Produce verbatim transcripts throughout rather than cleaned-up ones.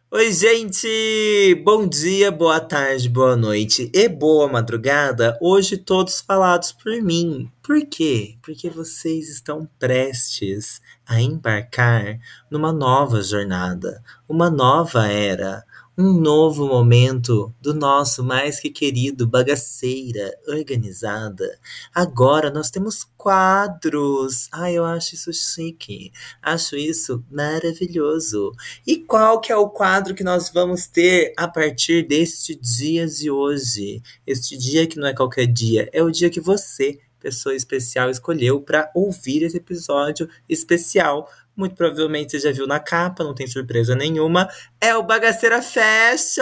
Oi, gente! Bom dia, boa tarde, boa noite e boa madrugada. Hoje todos falados por mim. Por quê? Porque vocês estão prestes a embarcar numa nova jornada, uma nova era, um novo momento do nosso mais que querido Bagaceira Organizada. Agora nós temos quadros. Ai, eu acho isso chique. Acho isso maravilhoso. E qual que é o quadro que nós vamos ter a partir deste dia de hoje? Este dia que não é qualquer dia, é o dia que você, pessoa especial, escolheu para ouvir esse episódio especial. Muito provavelmente você já viu na capa, não tem surpresa nenhuma. É o Bagaceira Fashion!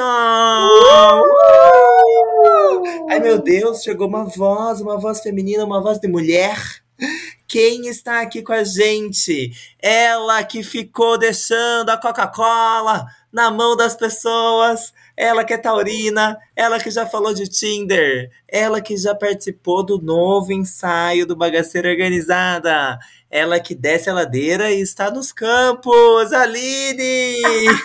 Ai meu Uh! Deus, chegou uma voz, uma voz feminina, uma voz de mulher. Quem está aqui com a gente? Ela que ficou deixando a Coca-Cola na mão das pessoas. Ela que é taurina, ela que já falou de Tinder, ela que já participou do novo ensaio do Bagaceira Organizada, ela que desce a ladeira e está nos campos, Aline!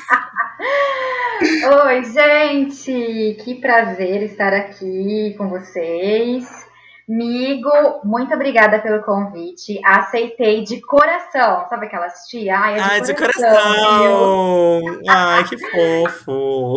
Oi, gente! Que prazer estar aqui com vocês. Migo, muito obrigada pelo convite. Aceitei de coração. Sabe aquelas tia? Ai, é de Ai, de coração, viu? coração! Ai, que fofo!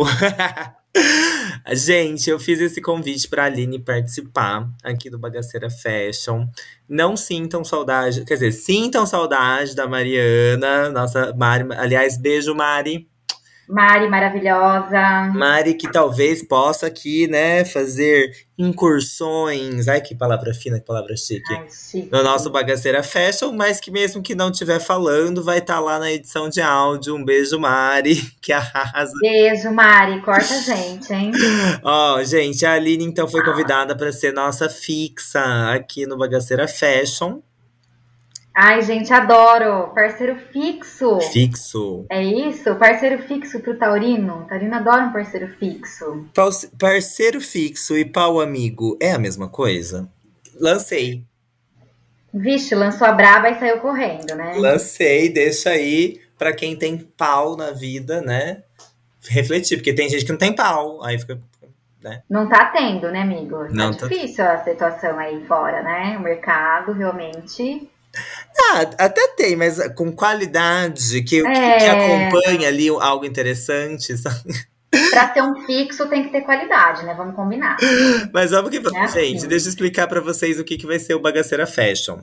Gente, eu fiz esse convite para a Aline participar aqui do Bagaceira Fashion. Não sintam saudade, quer dizer, sintam saudade da Mariana, nossa Mari. Aliás, beijo, Mari. Mari maravilhosa. Mari, que talvez possa aqui, né, fazer incursões. Ai, que palavra fina, que palavra chique. Ai, No nosso chique. Bagaceira Fashion, mas que mesmo que não estiver falando, vai estar lá na edição de áudio. Um beijo, Mari, que arrasa. Beijo, Mari. Corta a gente, hein? Ó, gente, a Aline então foi convidada para ser nossa fixa aqui no Bagaceira Fashion. Ai, gente, adoro. Parceiro fixo. Fixo. É isso? Parceiro fixo pro Taurino? Taurino adora um parceiro fixo. Pau- Parceiro fixo e pau amigo é a mesma coisa? Lancei. Vixe, lançou a braba e saiu correndo, né? Lancei, deixa aí pra quem tem pau na vida, né? Refletir, porque tem gente que não tem pau. Aí fica, né? Não tá tendo, né, amigo? Tá Não, tá. difícil a situação aí fora, né? O mercado realmente. Ah, até tem, mas com qualidade, que, que, que É. acompanha ali algo interessante, sabe? Pra ser um fixo tem que ter qualidade, né? Vamos combinar. Mas vamos que Não é vamos. Gente, deixa assim. eu explicar pra vocês o que, que vai ser o Bagaceira Fashion.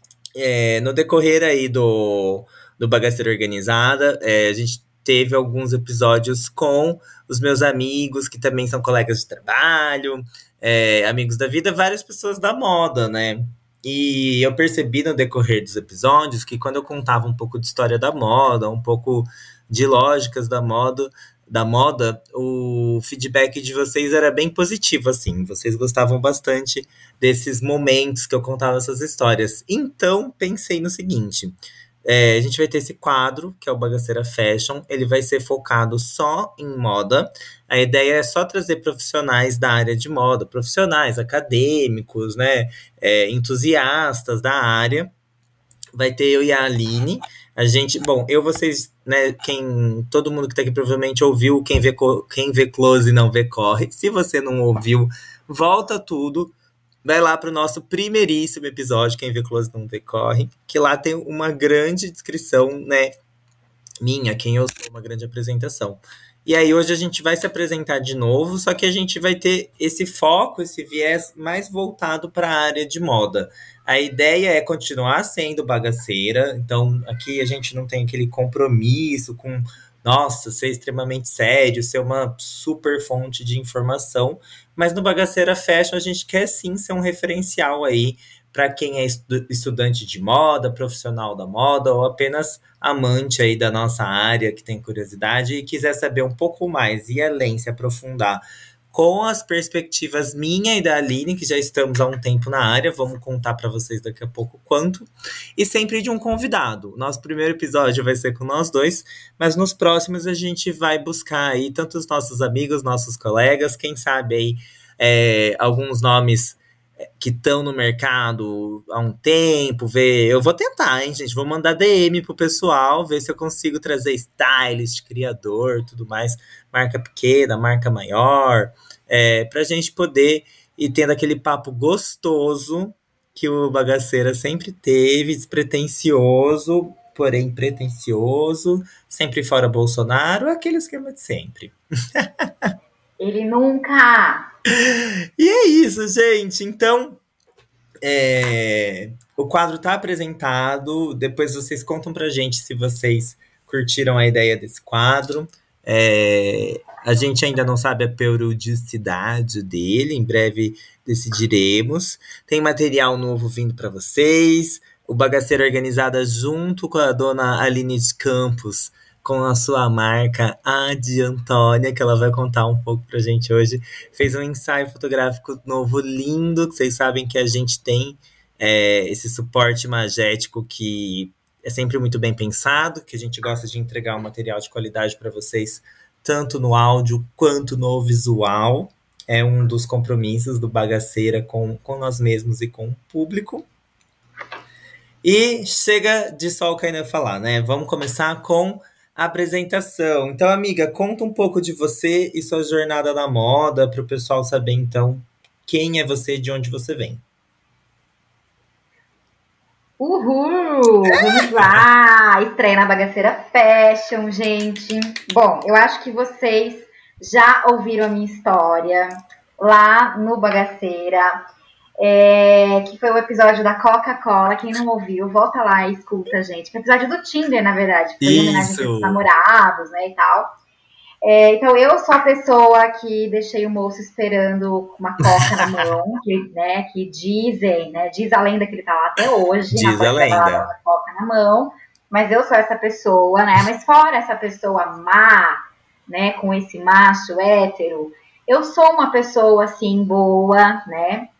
É, no decorrer aí do, do Bagaceira Organizada, é, a gente teve alguns episódios com os meus amigos, que também são colegas de trabalho, é, amigos da vida, várias pessoas da moda, né? E eu percebi no decorrer dos episódios que quando eu contava um pouco de história da moda, um pouco de lógicas da moda, da moda, o feedback de vocês era bem positivo, assim. Vocês gostavam bastante desses momentos que eu contava essas histórias. Então, pensei no seguinte: é, a gente vai ter esse quadro, que é o Bagaceira Fashion, ele vai ser focado só em moda. A ideia é só trazer profissionais da área de moda, profissionais, acadêmicos, né, é, entusiastas da área. Vai ter eu e a Aline. A gente, bom, eu, vocês, né, quem, todo mundo que tá aqui provavelmente ouviu, quem vê, quem vê close não vê corre. Se você não ouviu, volta tudo. Vai lá pro nosso primeiríssimo episódio, quem vê close não vê corre, que lá tem uma grande descrição, né, minha, quem eu sou, uma grande apresentação. E aí hoje a gente vai se apresentar de novo, só que a gente vai ter esse foco, esse viés mais voltado para a área de moda. A ideia é continuar sendo bagaceira, então aqui a gente não tem aquele compromisso com, nossa, ser extremamente sério, ser uma super fonte de informação, mas no Bagaceira Fashion a gente quer sim ser um referencial aí para quem é estudante de moda, profissional da moda ou apenas amante aí da nossa área que tem curiosidade e quiser saber um pouco mais e além, se aprofundar com as perspectivas minha e da Aline, que já estamos há um tempo na área, vamos contar para vocês daqui a pouco quanto, e sempre de um convidado. Nosso primeiro episódio vai ser com nós dois, mas nos próximos a gente vai buscar aí tanto os nossos amigos, nossos colegas, quem sabe aí é, alguns nomes que estão no mercado há um tempo, ver. Eu vou tentar, hein, gente? Vou mandar D M pro pessoal, ver se eu consigo trazer stylist, criador, tudo mais, marca pequena, marca maior, é, pra gente poder ir tendo aquele papo gostoso que o Bagaceira sempre teve, despretensioso, porém pretensioso, sempre fora Bolsonaro, aquele esquema de sempre. Ele nunca. E é isso, gente. Então, é, o quadro está apresentado. Depois vocês contam pra gente se vocês curtiram a ideia desse quadro. É, a gente ainda não sabe a periodicidade dele, em breve decidiremos. Tem material novo vindo para vocês. O Bagaceira Organizada, junto com a dona Aline de Campos, com a sua marca, a de Antônia, que ela vai contar um pouco pra gente hoje, fez um ensaio fotográfico novo lindo, que vocês sabem que a gente tem é, esse suporte magético que é sempre muito bem pensado, que a gente gosta de entregar um material de qualidade para vocês, tanto no áudio quanto no visual. É um dos compromissos do Bagaceira com, com nós mesmos e com o público. E chega de só o Kainan falar, né? Vamos começar com a apresentação. Então, amiga, conta um pouco de você e sua jornada na moda, para o pessoal saber, então, quem é você e de onde você vem. Uhul! Vamos lá! Estreia na Bagaceira Fashion, gente. Bom, eu acho que vocês já ouviram a minha história lá no Bagaceira, é, que foi o episódio da Coca-Cola. Quem não ouviu, volta lá e escuta, gente. Foi o episódio do Tinder, na verdade. Foi em homenagem aos namorados, né, e tal. É, então, eu sou a pessoa que deixei o moço esperando com uma coca na mão, que, né, que dizem, né, diz a lenda que ele tá lá até hoje, diz na a lenda, com a coca na mão, mas eu sou essa pessoa, né, mas fora essa pessoa má, né, com esse macho hétero, eu sou uma pessoa, assim, boa, né.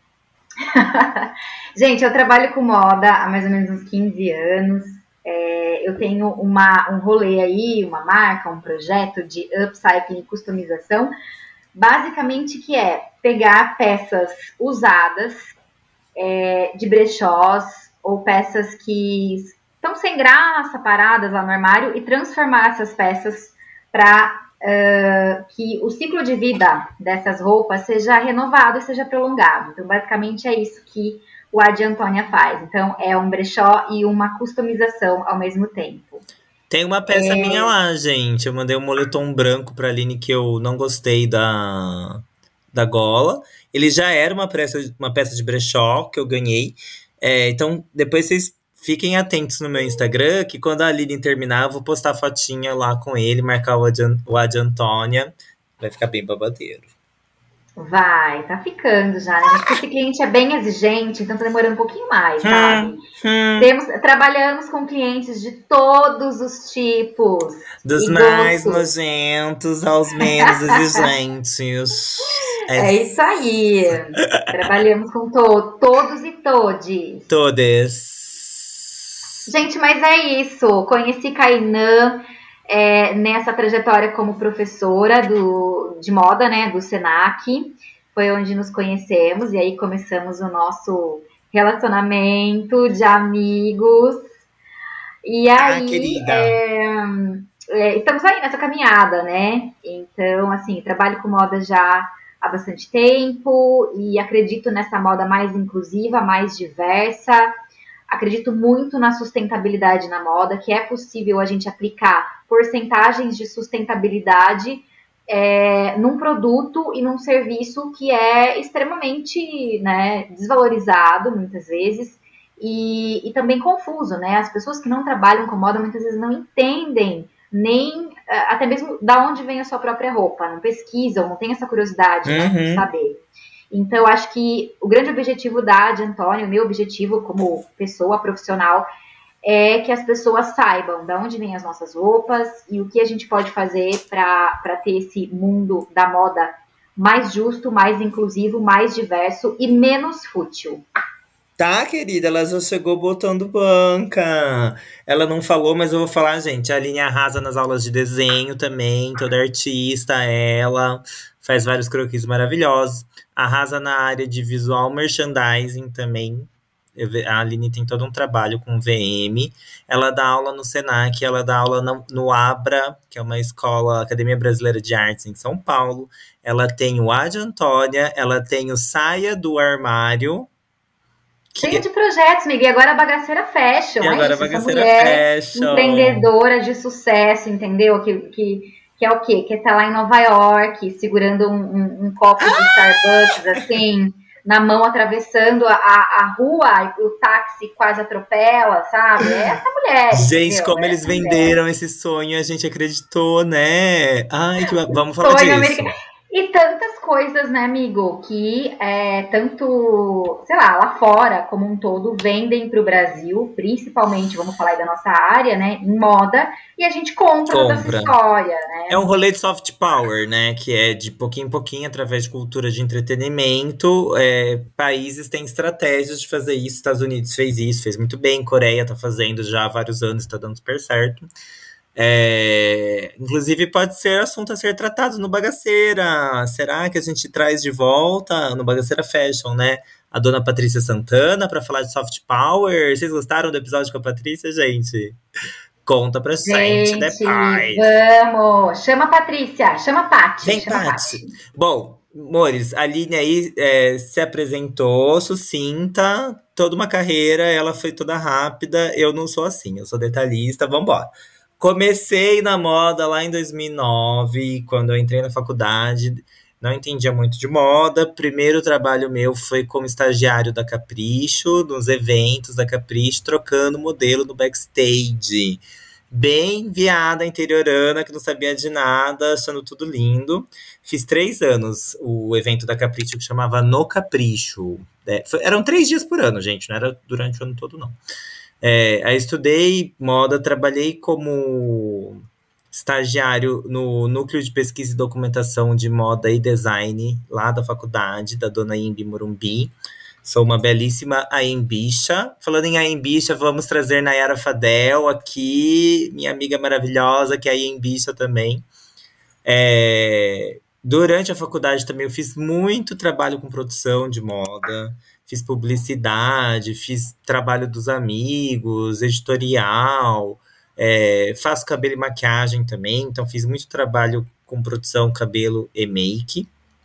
Gente, eu trabalho com moda há mais ou menos uns quinze anos. É, eu tenho uma, um rolê aí, uma marca, um projeto de upcycling e customização, basicamente que é pegar peças usadas é, de brechós ou peças que estão sem graça, paradas lá no armário, e transformar essas peças para uh, que o ciclo de vida dessas roupas seja renovado e seja prolongado. Então, basicamente é isso que o A de Antônia faz. Então, é um brechó e uma customização ao mesmo tempo. Tem uma peça é... minha lá, gente. Eu mandei um moletom branco pra Aline que eu não gostei da, da gola. Ele já era uma peça, uma peça de brechó que eu ganhei. É, então, depois vocês fiquem atentos no meu Instagram, que quando a Aline terminar, eu vou postar fotinha lá com ele, marcar o A de, o A de Antônia. Vai ficar bem babadeiro. Vai, tá ficando já, né? Porque esse cliente é bem exigente, então tá demorando um pouquinho mais, sabe? Hum, hum. Temos, trabalhamos com clientes de todos os tipos. Dos mais gostos. Nojentos aos menos exigentes. É, é isso aí. Trabalhamos com to todos e todes. Todes. Gente, mas é isso. Conheci Kainan É, nessa trajetória como professora do, de moda, né, do Senac, foi onde nos conhecemos, e aí começamos o nosso relacionamento de amigos, e aí ah, é, é, estamos aí nessa caminhada, né, então, assim, trabalho com moda já há bastante tempo, e acredito nessa moda mais inclusiva, mais diversa. Acredito muito na sustentabilidade na moda, que é possível a gente aplicar porcentagens de sustentabilidade é, num produto e num serviço que é extremamente, né, desvalorizado, muitas vezes, e, e também confuso, né? As pessoas que não trabalham com moda muitas vezes não entendem nem até mesmo da onde vem a sua própria roupa, não pesquisam, não tem essa curiosidade, né, uhum. de saber. Então, acho que o grande objetivo da de Antônia, o meu objetivo como pessoa profissional, é que as pessoas saibam de onde vêm as nossas roupas e o que a gente pode fazer para ter esse mundo da moda mais justo, mais inclusivo, mais diverso e menos fútil. Tá, querida, ela já chegou botando banca. Ela não falou, mas eu vou falar, gente. A Aline arrasa nas aulas de desenho também, toda artista, ela faz vários croquis maravilhosos. Arrasa na área de visual merchandising também. Eu ve- A Aline tem todo um trabalho com V M. Ela dá aula no Senac, ela dá aula no, no Abra, que é uma escola, Academia Brasileira de Artes em São Paulo. Ela tem o Ad Antônia, ela tem o Saia do Armário, Cheio que de projetos, amiga. E agora a Bagaceira E Fashion, é agora a isso. Essa Bagaceira mulher Fashion. empreendedora de sucesso, entendeu? Que, que, que é o quê? Que tá lá em Nova York, segurando um, um, um copo de Starbucks, assim, na mão, atravessando a, a, a rua, e o táxi quase atropela, sabe? É essa mulher, Gente, entendeu? como É eles essa mulher. venderam esse sonho, a gente acreditou, né? Ai, que... ba- vamos falar Sonho americano. disso. E tantas coisas, né, amigo, que é, tanto, sei lá, lá fora como um todo, vendem para o Brasil, principalmente, vamos falar aí da nossa área, né, em moda, e a gente compra toda essa Compra. história, É né? um rolê de soft power, né? Que é de pouquinho em pouquinho, através de cultura de entretenimento. É, países têm estratégias de fazer isso. Estados Unidos fez isso, fez muito bem. Coreia tá fazendo já há vários anos, tá dando super certo. É, inclusive, pode ser assunto a ser tratado no Bagaceira. Será que a gente traz de volta no Bagaceira Fashion, né? A dona Patrícia Santana para falar de soft power. Vocês gostaram do episódio com a Patrícia, gente? Conta pra gente Gente, depois. vamos! Chama a Patrícia, chama a Pati, Vem, chama a Paty. Pati. Bom, Mores, a Aline aí é, se apresentou sucinta, toda uma carreira, ela foi toda rápida. Eu não sou assim, eu sou detalhista, vambora. Comecei na moda lá em dois mil e nove, quando eu entrei na faculdade. Não entendia muito de moda. Primeiro trabalho meu foi como estagiário da Capricho, nos eventos da Capricho, trocando modelo no backstage. Bem viada interiorana, que não sabia de nada, achando tudo lindo. Fiz três anos o evento da Capricho que chamava No Capricho. É, foi- eram três dias por ano, gente, não era durante o ano todo, não. É, aí estudei moda, trabalhei como estagiário no Núcleo de Pesquisa e Documentação de Moda e Design, lá da faculdade, da Dona Imbi Morumbi. Sou uma belíssima aembicha. Falando em aembicha, vamos trazer Nayara Fadel aqui, minha amiga maravilhosa, que é aembicha também. É, durante a faculdade também eu fiz muito trabalho com produção de moda, fiz publicidade, fiz trabalho dos amigos, editorial, é, faço cabelo e maquiagem também, então fiz muito trabalho com produção, cabelo e make.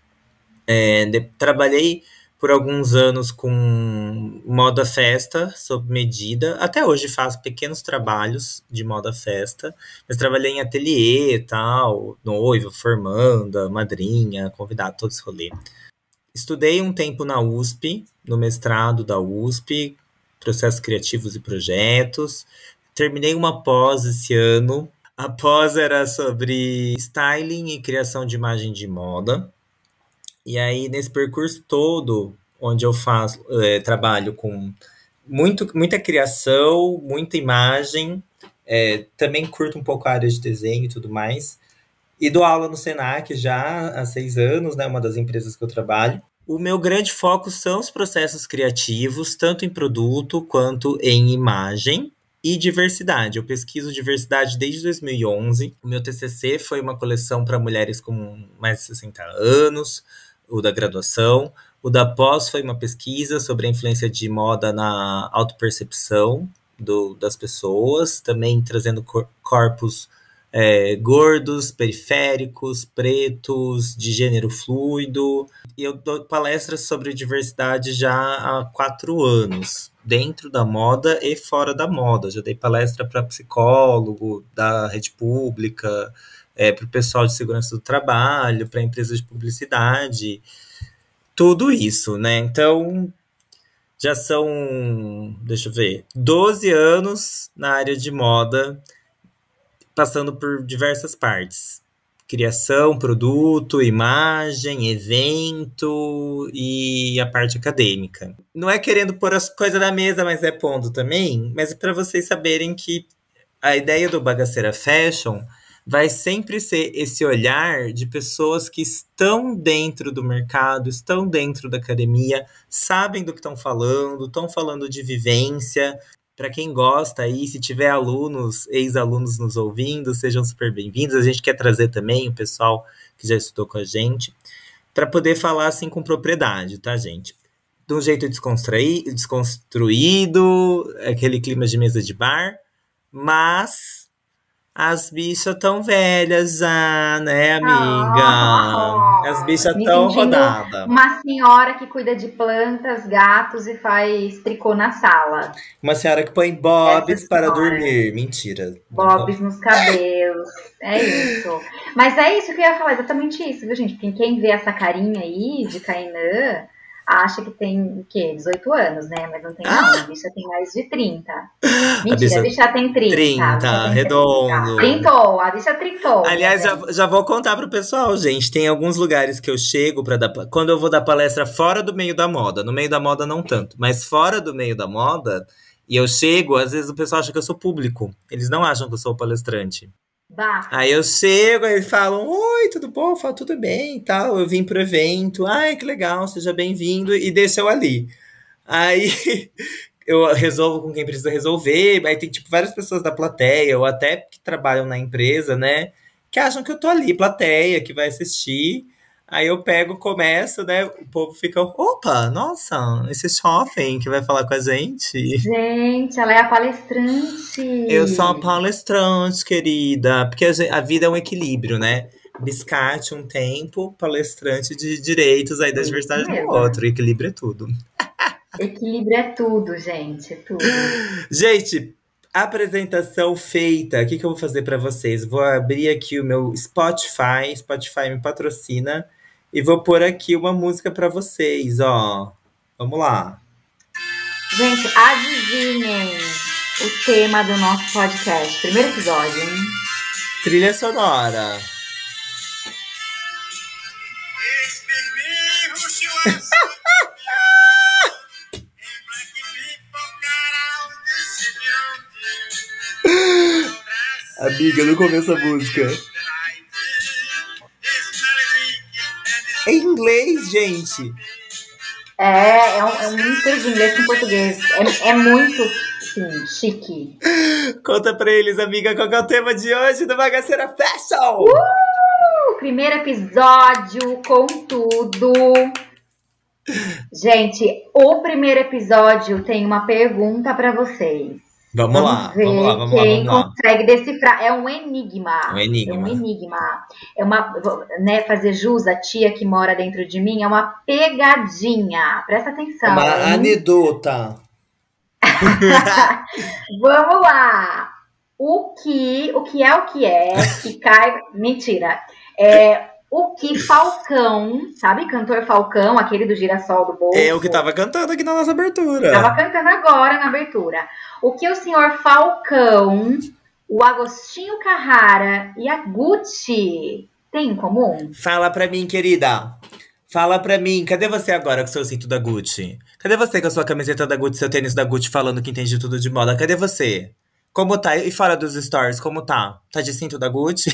É, de- trabalhei por alguns anos com moda festa, sob medida. Até hoje faço pequenos trabalhos de moda festa, mas trabalhei em ateliê e tal, noiva, formanda, madrinha, convidado, todo esse rolê. Estudei um tempo na U S P, no mestrado da U S P, processos criativos e projetos. Terminei uma pós esse ano. A pós era sobre styling e criação de imagem de moda. E aí, nesse percurso todo, onde eu faço, é, trabalho com muito, muita criação, muita imagem, é, também curto um pouco a área de desenho e tudo mais. E dou aula no Senac já há seis anos, né? Uma das empresas que eu trabalho. O meu grande foco são os processos criativos, tanto em produto quanto em imagem. E diversidade. Eu pesquiso diversidade desde dois mil e onze. O meu T C C foi uma coleção para mulheres com mais de sessenta anos, o da graduação. O da pós foi uma pesquisa sobre a influência de moda na autopercepção do, das pessoas, também trazendo cor, corpos é, gordos, periféricos, pretos, de gênero fluido. E eu dou palestras sobre diversidade já há quatro anos, dentro da moda e fora da moda. Já dei palestra para psicólogo da rede pública, é, para o pessoal de segurança do trabalho, para empresas de publicidade, tudo isso, né? Então, já são, deixa eu ver, doze anos na área de moda, passando por diversas partes. Criação, produto, imagem, evento e a parte acadêmica. Não é querendo pôr as coisas na mesa, mas é pondo também. Mas é para vocês saberem que a ideia do Bagaceira Fashion vai sempre ser esse olhar de pessoas que estão dentro do mercado, estão dentro da academia, sabem do que estão falando, estão falando de vivência. Para quem gosta aí, se tiver alunos, ex-alunos nos ouvindo, sejam super bem-vindos. A gente quer trazer também o pessoal que já estudou com a gente, para poder falar assim com propriedade, tá, gente? De um jeito descontraí- desconstruído, aquele clima de mesa de bar, mas as bichas tão velhas já, né, amiga? As Oh, bichas me tão sentindo rodadas. uma senhora que cuida de plantas, gatos e faz tricô na sala. Uma senhora que põe Essa bobs para senhora. dormir. Mentira. Bobs nos cabelos. É isso. Mas é isso que eu ia falar, exatamente isso, viu, gente? Porque quem vê essa carinha aí de Kainan acha que tem o quê? dezoito anos, né? Mas não tem, não. A bicha tem mais de trinta. A Mentira, a bicha bicha tem trinta. A bicha trinta, tem trinta. redondo. Trintou, a bicha trintou, minha Aliás, já, gente. já vou contar pro pessoal, gente. Tem alguns lugares que eu chego para dar. pa- Quando eu vou dar palestra fora do meio da moda. No meio da moda, não tanto. Mas fora do meio da moda, e eu chego, às vezes o pessoal acha que eu sou público. Eles não acham que eu sou palestrante. Aí Bafo. eu chego, aí eles falam: Oi, tudo bom? Eu falo: Tudo bem e tal. Eu vim pro evento. Ai, que legal, seja bem-vindo. E deixa eu ali. Aí eu resolvo com quem precisa resolver. Aí tem, tipo, várias pessoas da plateia, ou até que trabalham na empresa, né? Que acham que eu tô ali, plateia, que vai assistir. Aí eu pego, começo, né? O povo fica: Opa, nossa, esse jovem que vai falar com a gente. Gente, ela é a Eu sou uma palestrante. palestrante, querida. Porque a, gen- a vida é um equilíbrio, né? Biscate um tempo, palestrante de direitos aí da Isso diversidade no mesmo. outro. Equilíbrio é tudo. Equilíbrio é tudo, gente, é tudo. Gente, apresentação feita. O que, que eu vou fazer para vocês? Vou abrir aqui o meu Spotify. Spotify me patrocina. E vou pôr aqui uma música para vocês, ó. Vamos lá. Gente, adivinhem o tema do nosso podcast. Primeiro episódio, hein? Trilha sonora. Amiga, não começa a música. É em inglês, gente. É, é um, é um mistério de inglês com português. É, é muito, assim, chique. Conta pra eles, amiga, qual que é o tema de hoje do Bagaceira Fashion? Uh, primeiro episódio com tudo. Gente, o primeiro episódio tem uma pergunta pra vocês. Vamos Vamos lá, vamos lá, ver vamos lá, quem vamos lá. consegue decifrar. É um Um enigma. É um enigma. enigma. É uma, vou, né, fazer jus à tia que mora dentro de mim, é uma pegadinha. Presta É atenção, uma hein? anedota. Vamos lá. O que, o que é o que é que cai. Mentira. É o que Falcão, sabe? Cantor Falcão, aquele do girassol do É o que bolso, tava cantando aqui na nossa estava abertura. cantando agora na abertura. O que o senhor Falcão, o Agostinho Carrara e a Gucci têm em comum? Fala pra mim, querida. Fala pra mim, cadê você agora com seu cinto da Gucci? Cadê você com a sua camiseta da Gucci, seu tênis da Gucci, falando que entende tudo de moda? Cadê você? Como tá? E fora dos stories, como tá? Tá de cinto da Gucci?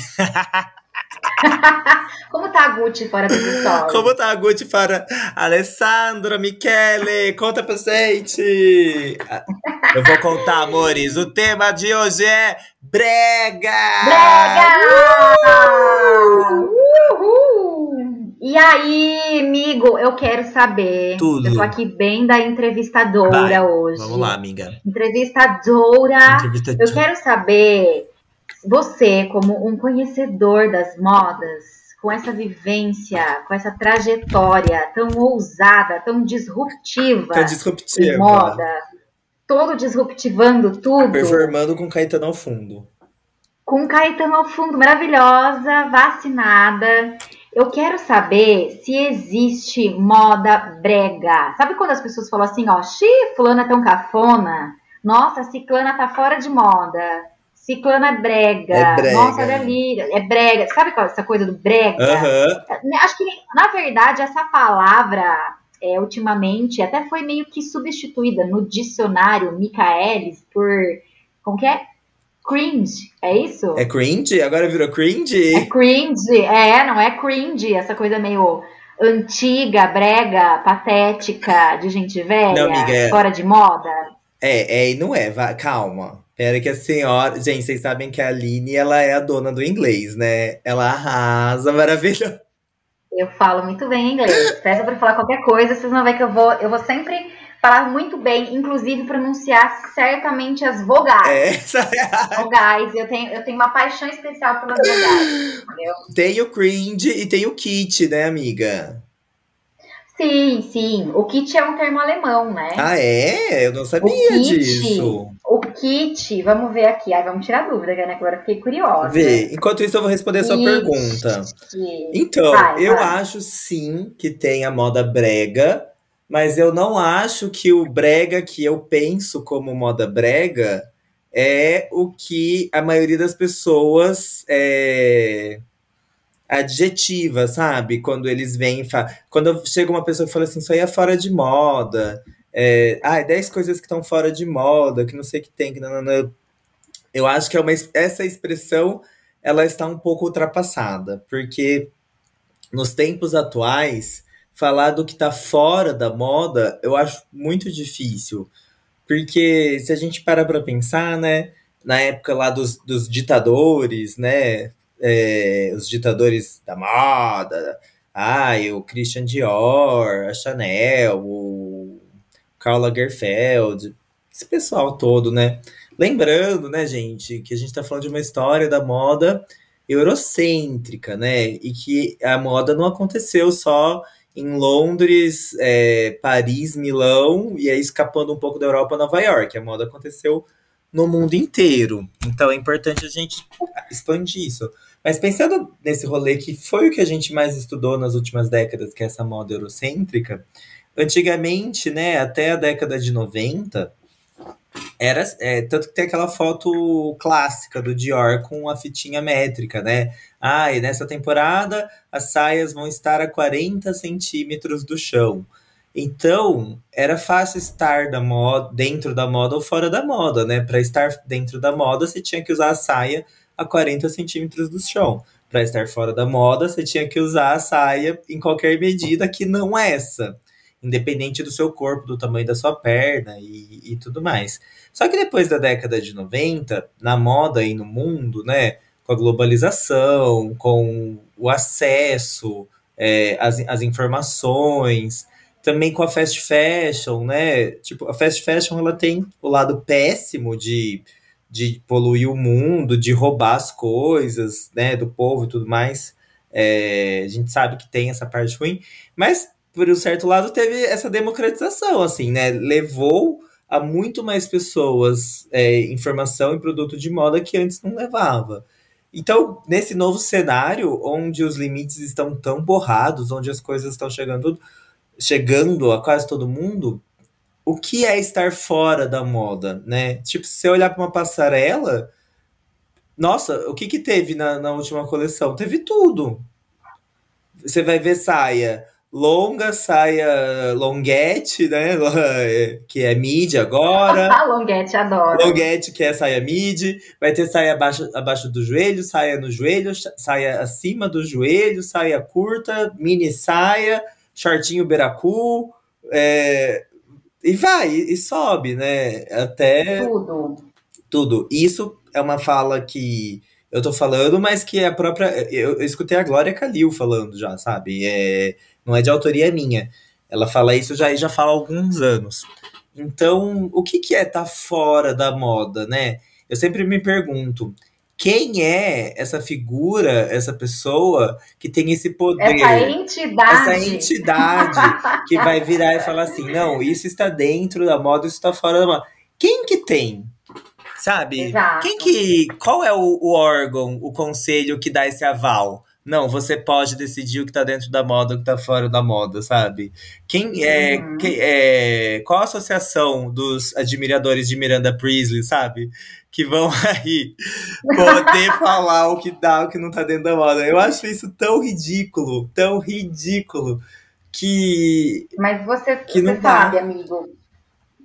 Como tá a Gucci fora dos stories? Como tá a Gucci para Alessandra, Michele? Conta pra gente! Eu vou contar, amores. O tema de hoje é brega! Brega! Uh! Uhul! E aí, amigo, eu quero saber. Eu tô Tudo. aqui bem da entrevistadora Vai. hoje. Vamos lá, amiga. Entrevistadora. Entrevista. Eu quero saber, você, como um conhecedor das modas, com essa vivência, com essa trajetória tão ousada, tão disruptiva Tá em disruptiva. moda, todo disruptivando tudo, Performando com Caetano ao fundo. com Caetano ao fundo, maravilhosa, vacinada. Eu quero saber se existe moda brega. Sabe quando as pessoas falam assim, ó, xi, fulana é tão cafona, nossa, ciclana tá fora de moda, ciclana é brega, É nossa, olha brega. ali, é brega. Sabe qual- essa coisa do brega? Aham. Acho que, na verdade, essa palavra, é, ultimamente, até foi meio que substituída no dicionário Michaelis por, como que é? cringe, é É isso? cringe? Agora virou É cringe? cringe, é, não é cringe, essa coisa meio antiga, brega, patética, de gente Não, amiga, velha, é, fora de moda. é, é e não é, vá, calma. Pera que a senhora. Gente, vocês sabem que a Aline, ela é a dona do inglês, né? Ela arrasa, maravilhosa. Eu falo muito bem inglês. Peça para falar qualquer coisa, vocês vão ver que eu vou, eu vou sempre falar muito bem, inclusive pronunciar certamente as vogais. Essa é As a... vogais, eu tenho, eu tenho uma paixão especial pelas vogais, entendeu? Tem o cringe e tem o kit, né, amiga? Sim, sim. O kit é um termo alemão, né? Ah, é? Eu não O sabia kit, disso. o kit, vamos ver aqui. Aí vamos tirar dúvida, né? Agora eu fiquei curiosa. Vê, enquanto isso eu vou responder a sua Kit. pergunta. Então, Vai, eu vai. acho sim que tem a moda brega, mas eu não acho que o brega que eu penso como moda brega é o que a maioria das pessoas é, adjetiva, sabe? Quando eles vêm. Fa... Quando chega uma pessoa que fala assim, isso aí é fora de moda. É, ah, dez coisas que estão fora de moda, que não sei o que tem, que não, não, não. Eu acho que é uma, essa expressão ela está um pouco ultrapassada, porque nos tempos atuais, falar do que está fora da moda, eu acho muito difícil. Porque se a gente para para pensar, né, na época lá dos, dos ditadores, né, é, os ditadores da moda, ah, o Christian Dior, a Chanel, o Karl Lagerfeld, esse pessoal todo, né? Lembrando, né, gente, que a gente tá falando de uma história da moda eurocêntrica, né? E que a moda não aconteceu só em Londres, é, Paris, Milão, e aí escapando um pouco da Europa, Nova York. A moda aconteceu no mundo inteiro. Então é importante a gente expandir isso. Mas pensando nesse rolê que foi o que a gente mais estudou nas últimas décadas, que é essa moda eurocêntrica, antigamente, né, até a década de noventa, era, é, tanto que tem aquela foto clássica do Dior com a fitinha métrica, né? Ah, e nessa temporada as saias vão estar a quarenta centímetros do chão. Então, era fácil estar da moda, dentro da moda ou fora da moda, né? Para estar dentro da moda, você tinha que usar a saia a quarenta centímetros do chão. Para estar fora da moda, você tinha que usar a saia em qualquer medida que não essa, independente do seu corpo, do tamanho da sua perna e, e tudo mais. Só que depois da década de noventa, na moda e no mundo, né, com a globalização, com o acesso, é, às, às informações, também com a fast fashion, né? Tipo, a fast fashion ela tem o lado péssimo de, de poluir o mundo, de roubar as coisas, né, do povo e tudo mais. É, a gente sabe que tem essa parte ruim, mas por um certo lado teve essa democratização, assim, né? Levou a muito mais pessoas é, informação e produto de moda que antes não levava. Então, nesse novo cenário, onde os limites estão tão borrados, onde as coisas estão chegando, chegando a quase todo mundo, o que é estar fora da moda, né? Tipo, se você olhar para uma passarela, nossa, o que que teve na, na última coleção? Teve tudo. Você vai ver saia longa, saia longuete, né? Que é mid agora. Longuete, adoro. Longuete, que é saia mid. Vai ter saia abaixo, abaixo do joelho, saia no joelho, saia acima do joelho, saia curta, mini saia, shortinho beracu. É, e vai, e, e sobe, né? Até Tudo. tudo. Isso é uma fala que eu tô falando, mas que é a própria. Eu, eu escutei a Glória Calil falando já, sabe? É, não é de autoria minha. Ela fala isso já já fala há alguns anos. Então, o que, que é estar tá fora da moda, né? Eu sempre me pergunto. Quem é essa figura, essa pessoa que tem esse Essa poder, essa entidade. entidade que vai virar e falar assim: não, isso está dentro da moda, isso está fora da moda. Quem que tem? Sabe? Quem Exato. que. Qual é o, o órgão, o conselho que dá esse aval? Não, você pode decidir o que tá dentro da moda, o que tá fora da moda, sabe? Quem é, quem Uhum. é. Qual a associação dos admiradores de Miranda Priestly, sabe? Que vão aí poder falar o que dá, o que não tá dentro da moda. Eu acho isso tão ridículo, tão ridículo, que, Mas você, que você não sabe, dá. amigo,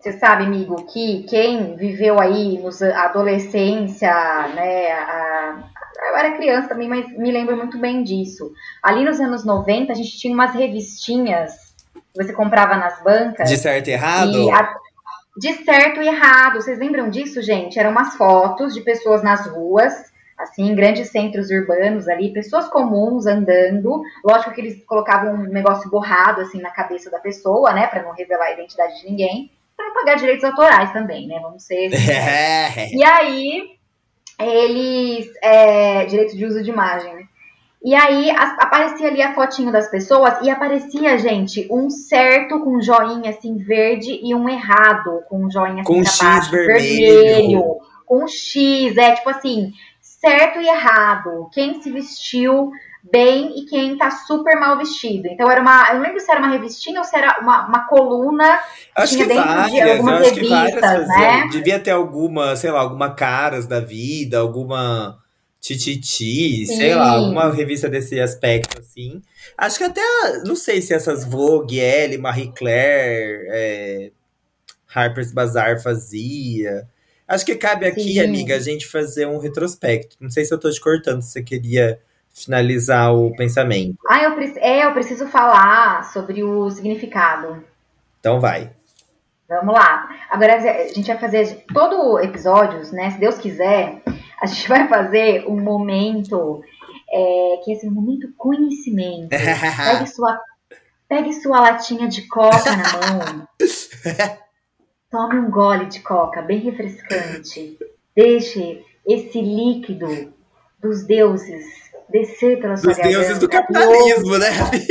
Você sabe, amigo, que quem viveu aí nos a adolescência, né, a- eu era criança também, mas me lembro muito bem disso. Ali nos anos noventa, a gente tinha umas revistinhas que você comprava nas De bancas certo e e errado? a- de certo e errado. Vocês lembram disso, gente? Eram umas fotos de pessoas nas ruas, assim, em grandes centros urbanos ali, pessoas comuns andando. Lógico que eles colocavam um negócio borrado assim na cabeça da pessoa, né, para não revelar a identidade de ninguém, para não pagar direitos autorais também, né? Vamos ser sinceros. E aí eles é, direito de uso de imagem, né? E aí as, aparecia ali a fotinho das pessoas e aparecia, gente, um certo com um joinha assim verde e um errado com um joinha assim Com para X baixo, vermelho. vermelho, com um X, é tipo assim, certo e errado. Quem se vestiu bem e quem tá super mal vestido. Então era uma, eu não lembro se era uma revistinha ou se era uma, uma coluna que Acho tinha que dentro de várias, eu algumas acho que várias revistas, faziam. né? Devia ter alguma, sei lá, alguma Caras da vida, alguma Tititi, sei lá, alguma Sim, revista desse aspecto, assim. Acho que até, não sei se essas Vogue, Elle, Marie Claire, é, Harper's Bazaar fazia. Acho que cabe aqui, amiga, a sim. gente fazer um retrospecto. Não sei se eu tô te cortando, se você queria finalizar o pensamento. Ah, eu, preci- é, eu preciso falar sobre o significado. Então vai. Vamos lá. Agora a gente vai fazer todo episódios, né? Se Deus quiser, a gente vai fazer um momento é, que é esse momento conhecimento. Pegue sua, pegue sua latinha de coca na mão, tome um gole de coca bem refrescante. Deixe esse líquido dos deuses descer pela sua Dos deuses do garganta e ouça, capitalismo, né, amiga?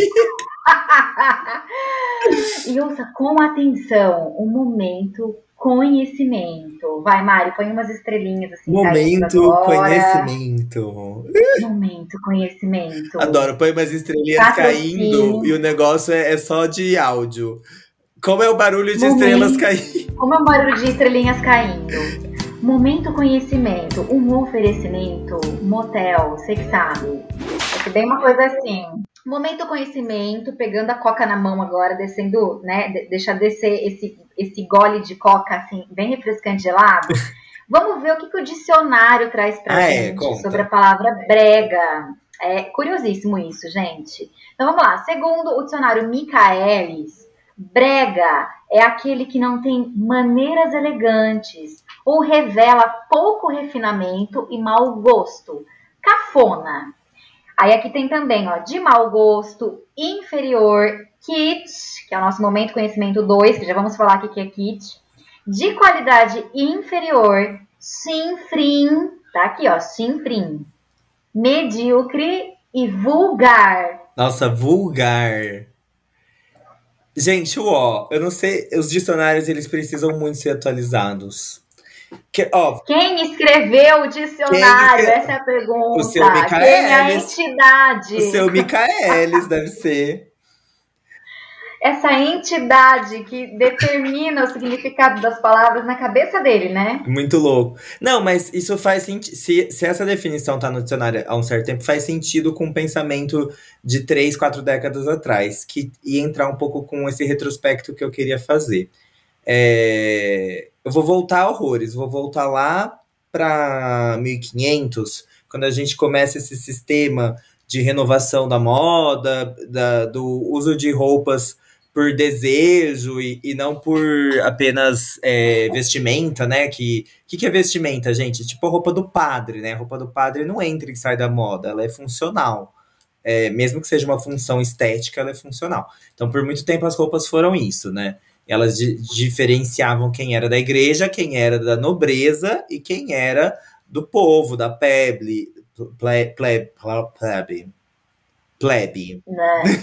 e ouça com atenção o momento conhecimento. Vai, Mari, põe umas estrelinhas assim caindo Momento agora. conhecimento. Momento conhecimento. Adoro, põe umas estrelinhas caindo e Patrocínio. o negócio é, é só de áudio. Como é o barulho de estrelas Momento. caindo? Como é um barulho de estrelinhas caindo. Momento conhecimento. Um oferecimento. Motel. Você que sabe. É bem uma coisa assim. Momento conhecimento, pegando a coca na mão agora, descendo, né? de- Deixa descer esse, esse gole de coca, assim, bem refrescante gelado. Vamos ver o que, que o dicionário traz pra Ah, é, gente sobre a conta. palavra brega. É curiosíssimo isso, gente. Então vamos lá. Segundo o dicionário Michaelis, brega é aquele que não tem maneiras elegantes ou revela pouco refinamento e mau gosto. Cafona. Aí aqui tem também, ó, de mau gosto, inferior, kit, que é o nosso momento conhecimento dois, que já vamos falar aqui que é kit, de qualidade inferior, chinfrim, tá aqui, ó, chinfrim, medíocre e vulgar. Nossa, vulgar. Gente, o ó, eu não sei, os dicionários eles precisam muito ser atualizados. Que, ó, Quem escreveu o quem dicionário? escreve? Essa é a O seu pergunta. Quem é a Micaelis. O entidade? seu Micaelis deve ser. Essa entidade que determina o significado das palavras na cabeça dele, né? Muito louco. Não, mas isso faz sentido. Se, se essa definição tá no dicionário há um certo tempo, faz sentido com o pensamento de três, quatro décadas atrás, que ia entrar um pouco com esse retrospecto que eu queria fazer. É, eu vou voltar a horrores, vou voltar lá para mil e quinhentos, quando a gente começa esse sistema de renovação da moda, da- do uso de roupas por desejo e, e não por apenas é, vestimenta, né? Que que, que é vestimenta, gente? Tipo a roupa do padre, né? A roupa do padre não entra e sai da moda, ela é funcional. É, mesmo que seja uma função estética, ela é funcional. Então, por muito tempo, as roupas foram isso, né? Elas di- diferenciavam quem era da igreja, quem era da nobreza e quem era do povo, da plebe, ple, ple, plebe, plebe. Né?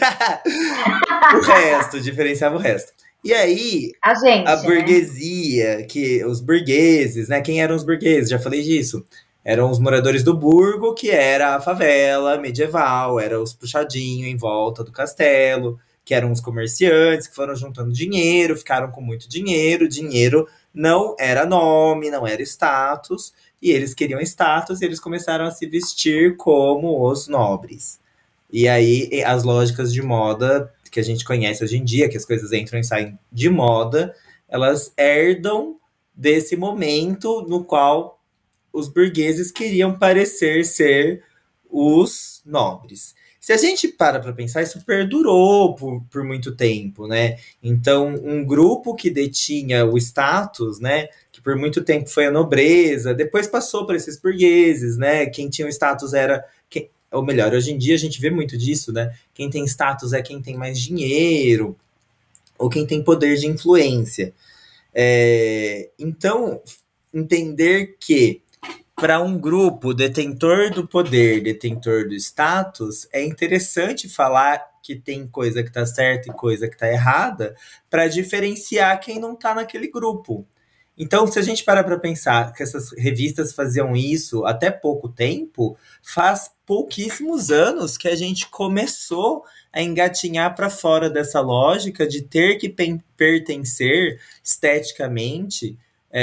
O resto, diferenciava o resto. E aí, A a gente, né? burguesia, que os burgueses, né? Quem eram os burgueses? Já falei disso. Eram os moradores do burgo, que era a favela medieval, eram os puxadinhos em volta do castelo, que eram os comerciantes que foram juntando dinheiro, ficaram com muito dinheiro. Dinheiro não era nome, não era status, e eles queriam status e eles começaram a se vestir como os nobres. E aí as lógicas de moda que a gente conhece hoje em dia, que as coisas entram e saem de moda, elas herdam desse momento no qual os burgueses queriam parecer ser os nobres. Se a gente para para pensar, isso perdurou por, por muito tempo, né? Então, um grupo que detinha o status, né? Que por muito tempo foi a nobreza, depois passou para esses burgueses, né? Quem tinha o status era. Quem, ou melhor, hoje em dia a gente vê muito disso, né? Quem tem status é quem tem mais dinheiro, ou quem tem poder de influência. É, então, entender que para um grupo detentor do poder, detentor do status, é interessante falar que tem coisa que está certa e coisa que está errada, para diferenciar quem não está naquele grupo. Então, se a gente parar para pensar que essas revistas faziam isso até pouco tempo, faz pouquíssimos anos que a gente começou a engatinhar para fora dessa lógica de ter que pertencer esteticamente,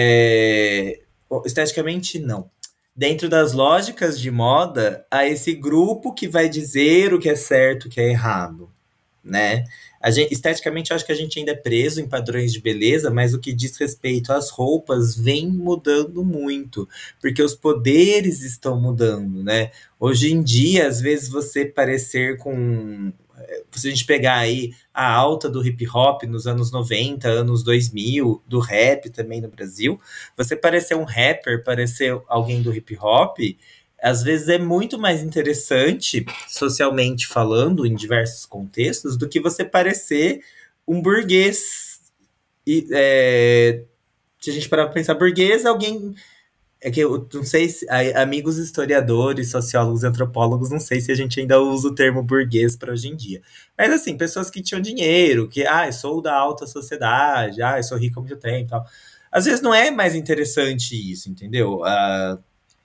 é, esteticamente não, dentro das lógicas de moda, a esse grupo que vai dizer o que é certo e o que é errado, né? A gente, esteticamente, eu acho que a gente ainda é preso em padrões de beleza, mas o que diz respeito às roupas vem mudando muito, porque os poderes estão mudando, né? Hoje em dia, às vezes, você parecer com... Se a gente pegar aí a alta do hip hop nos anos noventa, anos dois mil, do rap também no Brasil, você parecer um rapper, parecer alguém do hip hop, às vezes é muito mais interessante, socialmente falando, em diversos contextos, do que você parecer um burguês. E, é, se a gente parar para pensar burguês, alguém... É que eu não sei se... Amigos historiadores, sociólogos, antropólogos, não sei se a gente ainda usa o termo burguês para hoje em dia. Mas, assim, pessoas que tinham dinheiro, que, ah, eu sou da alta sociedade, ah, eu sou rico há muito tempo e tal. Às vezes não é mais interessante isso, entendeu? Ah,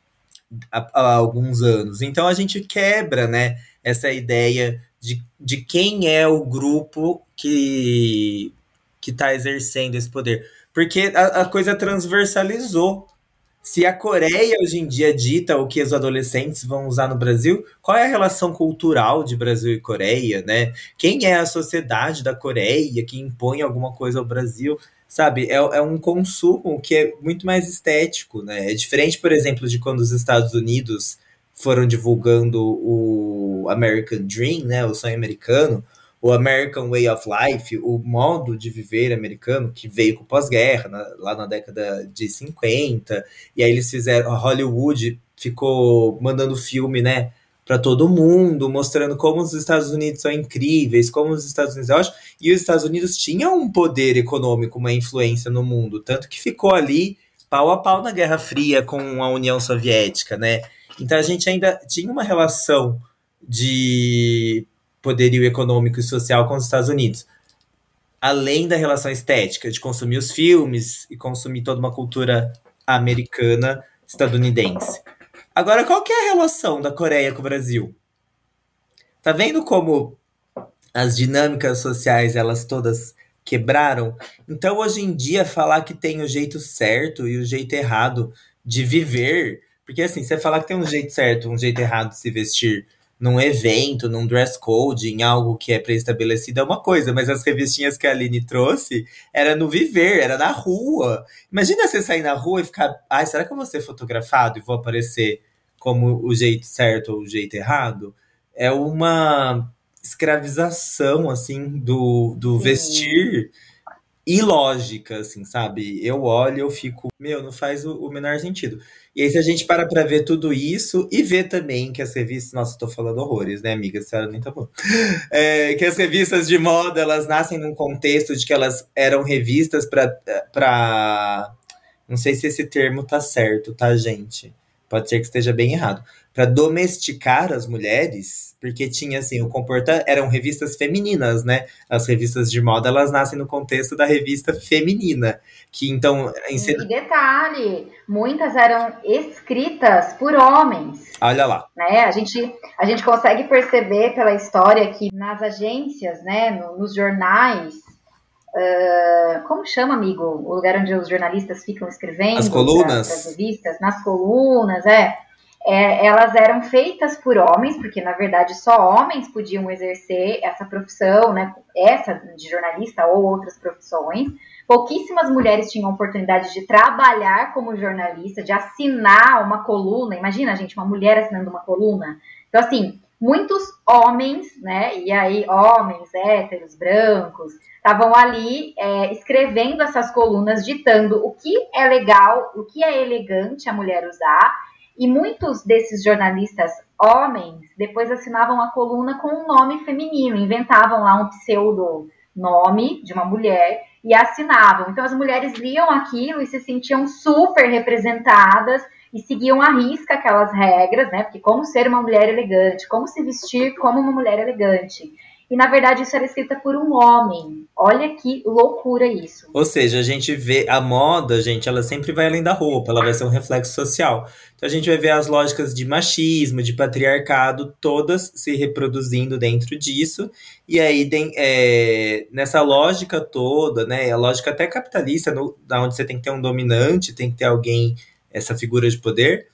há, há alguns anos. Então a gente quebra, né, essa ideia de, de quem é o grupo que que está exercendo esse poder. Porque a, a coisa transversalizou. Se a Coreia hoje em dia dita o que os adolescentes vão usar no Brasil, qual é a relação cultural de Brasil e Coreia, né? Quem é a sociedade da Coreia que impõe alguma coisa ao Brasil? Sabe, é, é um consumo que é muito mais estético, né? É diferente, por exemplo, de quando os Estados Unidos foram divulgando o American Dream, né? O sonho americano, o American Way of Life, o modo de viver americano, que veio com pós-guerra, na, lá na década de cinquenta, e aí eles fizeram, a Hollywood ficou mandando filme, né, para todo mundo, mostrando como os Estados Unidos são incríveis, como os Estados Unidos, eu acho, e os Estados Unidos tinham um poder econômico, uma influência no mundo, tanto que ficou ali pau a pau na Guerra Fria com a União Soviética, né? Então a gente ainda tinha uma relação de poderio econômico e social com os Estados Unidos. Além da relação estética, de consumir os filmes e consumir toda uma cultura americana, estadunidense. Agora, qual que é a relação da Coreia com o Brasil? Tá vendo como as dinâmicas sociais, elas todas quebraram? Então, hoje em dia, falar que tem o jeito certo e o jeito errado de viver... Porque, assim, você falar que tem um jeito certo, um jeito errado de se vestir num evento, num dress code, em algo que é pré-estabelecido é uma coisa, mas as revistinhas que a Aline trouxe era no viver, era na rua. Imagina você sair na rua e ficar, ai, será que eu vou ser fotografado e vou aparecer como o jeito certo ou o jeito errado? É uma escravização, assim, do, do vestir ilógica, assim, sabe? Eu olho e eu fico, meu, não faz o, o menor sentido. E aí, se a gente para pra ver tudo isso e ver também que as revistas. Nossa, tô falando horrores, né, amiga? A senhora nem tá bom. É, que as revistas de moda, elas nascem num contexto de que elas eram revistas pra. pra... Não sei se esse termo tá certo, tá, gente? Pode ser que esteja bem errado. Para domesticar as mulheres, porque tinha assim, o comporta eram revistas femininas, né? As revistas de moda, elas nascem no contexto da revista feminina, que então ensina... E detalhe, muitas eram escritas por homens. Olha lá. Né? A gente a gente consegue perceber pela história que nas agências, né, no, nos jornais, uh, como chama, amigo, o lugar onde os jornalistas ficam escrevendo? As colunas. As revistas, nas colunas, é. é, elas eram feitas por homens, porque na verdade só homens podiam exercer essa profissão, né, essa de jornalista ou outras profissões. Pouquíssimas mulheres tinham oportunidade de trabalhar como jornalista, de assinar uma coluna. Imagina, gente, uma mulher assinando uma coluna. Então, assim, muitos homens, né, e aí homens, héteros, brancos, estavam ali é, escrevendo essas colunas, ditando o que é legal, o que é elegante a mulher usar. E muitos desses jornalistas homens depois assinavam a coluna com um nome feminino, inventavam lá um pseudonome de uma mulher e assinavam. Então as mulheres liam aquilo e se sentiam super representadas e seguiam à risca aquelas regras, né? Porque como ser uma mulher elegante, como se vestir como uma mulher elegante. E, na verdade, isso era escrita por um homem. Olha que loucura isso. Ou seja, a gente vê a moda, gente, ela sempre vai além da roupa, ela vai ser um reflexo social. Então a gente vai ver as lógicas de machismo, de patriarcado, todas se reproduzindo dentro disso. E aí, é, nessa lógica toda, né, a lógica até capitalista, no, onde você tem que ter um dominante, tem que ter alguém, essa figura de poder,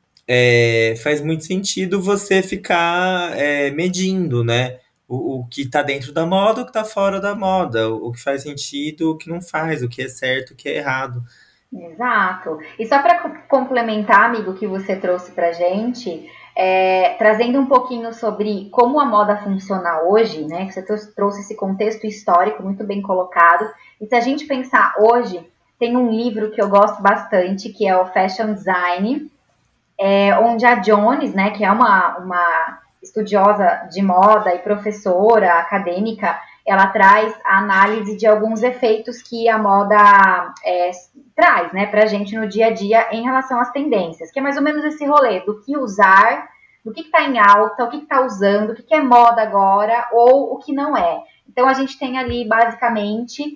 é, faz muito sentido você ficar é, medindo, né? O, o que tá dentro da moda, o que tá fora da moda, o, o que faz sentido, o que não faz, o que é certo, o que é errado. Exato. E só para complementar, amigo, o que você trouxe pra gente, é, trazendo um pouquinho sobre como a moda funciona hoje, né? Que você trouxe esse contexto histórico muito bem colocado. E se a gente pensar hoje, tem um livro que eu gosto bastante, que é o Fashion Design, é, onde a Jones, né, que é uma, uma estudiosa de moda e professora acadêmica, ela traz a análise de alguns efeitos que a moda é, traz, né, pra gente no dia a dia em relação às tendências, que é mais ou menos esse rolê do que usar, do que está em alta, o que está usando, o que, que é moda agora ou o que não é. Então a gente tem ali basicamente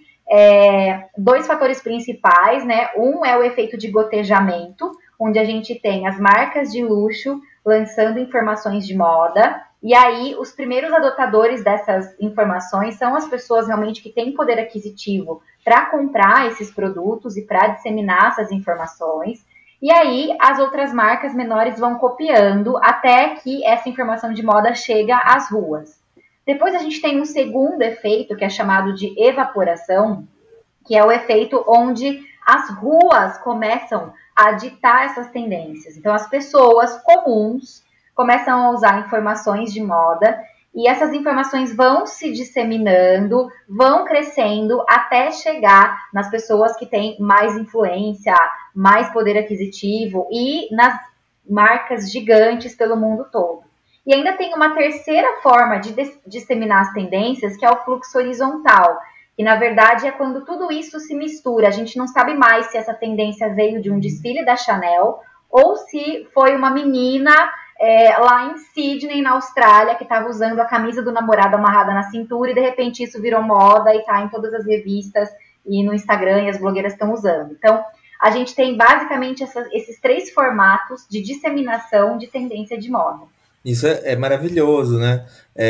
é, dois fatores principais, né? Um é o efeito de gotejamento, onde a gente tem as marcas de luxo lançando informações de moda, e aí os primeiros adotadores dessas informações são as pessoas realmente que têm poder aquisitivo para comprar esses produtos e para disseminar essas informações, e aí as outras marcas menores vão copiando até que essa informação de moda chega às ruas. Depois a gente tem um segundo efeito, que é chamado de evaporação, que é o efeito onde as ruas começam a ditar essas tendências. Então, as pessoas comuns começam a usar informações de moda e essas informações vão se disseminando, vão crescendo até chegar nas pessoas que têm mais influência, mais poder aquisitivo e nas marcas gigantes pelo mundo todo. E ainda tem uma terceira forma de disseminar as tendências, que é o fluxo horizontal, que na verdade é quando tudo isso se mistura. A gente não sabe mais se essa tendência veio de um desfile da Chanel ou se foi uma menina é, lá em Sydney, na Austrália, que estava usando a camisa do namorado amarrada na cintura e de repente isso virou moda e está em todas as revistas e no Instagram e as blogueiras estão usando. Então, a gente tem basicamente essas, esses três formatos de disseminação de tendência de moda. Isso é, é maravilhoso, né?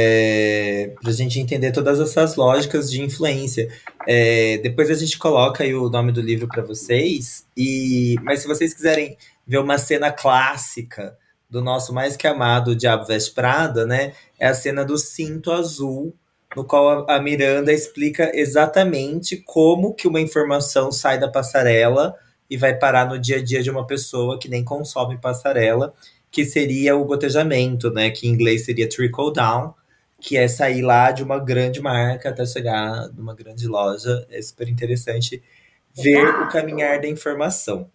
É, para a gente entender todas essas lógicas de influência. É, depois a gente coloca aí o nome do livro para vocês. E, mas se vocês quiserem ver uma cena clássica do nosso mais que amado Diabo Veste Prada, né? É a cena do cinto azul, no qual a, a Miranda explica exatamente como que uma informação sai da passarela e vai parar no dia a dia de uma pessoa que nem consome passarela, que seria o gotejamento, né? Que em inglês seria trickle down, que é sair lá de uma grande marca até chegar numa grande loja. É super interessante ver Exato. O caminhar da informação.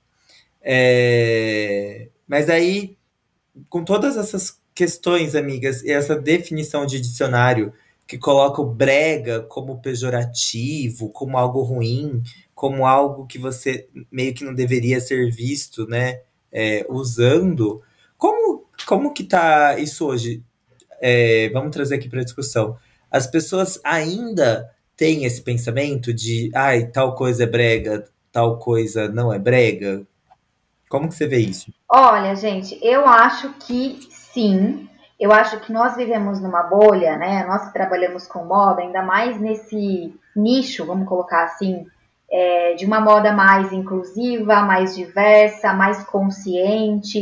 É... Mas aí, com todas essas questões, amigas, e essa definição de dicionário que coloca o brega como pejorativo, como algo ruim, como algo que você meio que não deveria ser visto, né? É, usando... Como, como que tá isso hoje? É, vamos trazer aqui para a discussão. As pessoas ainda têm esse pensamento de ai, tal coisa é brega, tal coisa não é brega? Como que você vê isso? Olha, gente, eu acho que sim. Eu acho que nós vivemos numa bolha, né? Nós que trabalhamos com moda, ainda mais nesse nicho, vamos colocar assim, é, de uma moda mais inclusiva, mais diversa, mais consciente.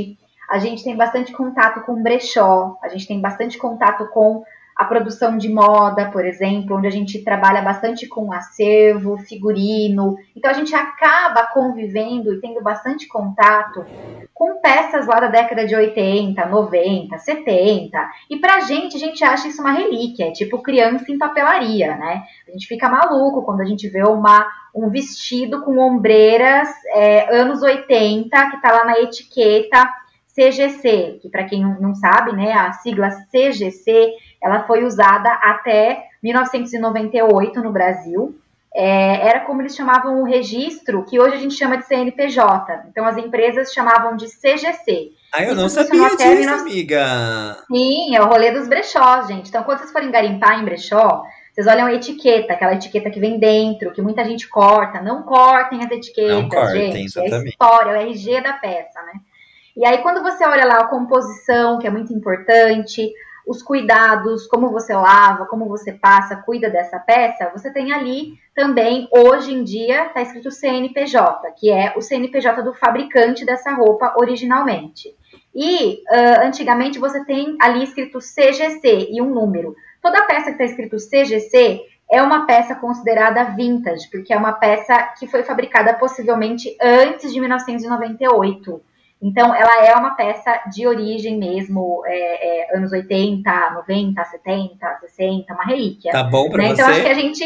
a gente tem bastante contato com brechó, a gente tem bastante contato com a produção de moda, por exemplo, onde a gente trabalha bastante com acervo, figurino. Então a gente acaba convivendo e tendo bastante contato com peças lá da década de oitenta, noventa, setenta. E pra gente, a gente acha isso uma relíquia, é tipo criança em papelaria, né? A gente fica maluco quando a gente vê uma, um vestido com ombreiras é, anos oitenta, que tá lá na etiqueta C G C, que para quem não sabe, né, a sigla C G C, ela foi usada até mil novecentos e noventa e oito no Brasil. É, era como eles chamavam o registro, que hoje a gente chama de C N P J. Então as empresas chamavam de C G C. Ah, eu Isso não funcionou sabia até disso, mil e novecentos... amiga. Sim, é o rolê dos brechós, gente. Então quando vocês forem garimpar em brechó, vocês olham a etiqueta, aquela etiqueta que vem dentro, que muita gente corta. Não cortem as Não etiquetas, cortem, gente. É a exatamente. história, é o R G da peça, né? E aí, quando você olha lá a composição, que é muito importante, os cuidados, como você lava, como você passa, cuida dessa peça, você tem ali também, hoje em dia, está escrito C N P J, que é o C N P J do fabricante dessa roupa originalmente. E, uh, antigamente, você tem ali escrito C G C e um número. Toda peça que está escrito C G C é uma peça considerada vintage, porque é uma peça que foi fabricada possivelmente antes de mil novecentos e noventa e oito. Então, ela é uma peça de origem mesmo, é, é, anos oitenta, noventa, setenta, sessenta, uma relíquia. Tá bom pra Né? Então, acho que você? a gente...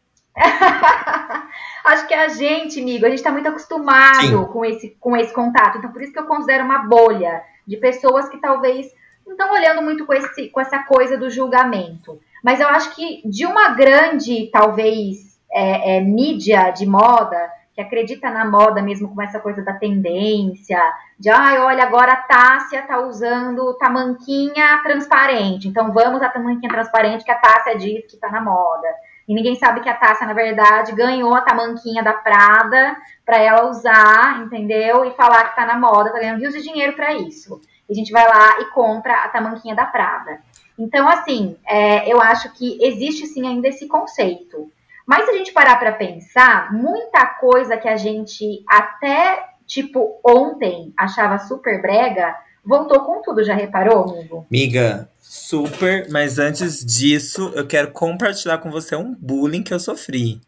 acho que a gente, amigo, a gente está muito acostumado Sim. com esse, com esse contato. Então, por isso que eu considero uma bolha de pessoas que talvez não estão olhando muito com, esse, com essa coisa do julgamento. Mas eu acho que de uma grande, talvez, é, é, mídia de moda, que acredita na moda mesmo com essa coisa da tendência, de, ah, olha, agora a Tássia tá usando tamanquinha transparente, então vamos a tamanquinha transparente que a Tássia diz que tá na moda. E ninguém sabe que a Tássia, na verdade, ganhou a tamanquinha da Prada para ela usar, entendeu? E falar que tá na moda, tá ganhando rios de dinheiro para isso. E a gente vai lá e compra a tamanquinha da Prada. Então, assim, é, eu acho que existe sim ainda esse conceito. Mas se a gente parar para pensar, muita coisa que a gente até, tipo, ontem achava super brega, voltou com tudo. Já reparou, amigo? Miga, super, mas antes disso, eu quero compartilhar com você um bullying que eu sofri.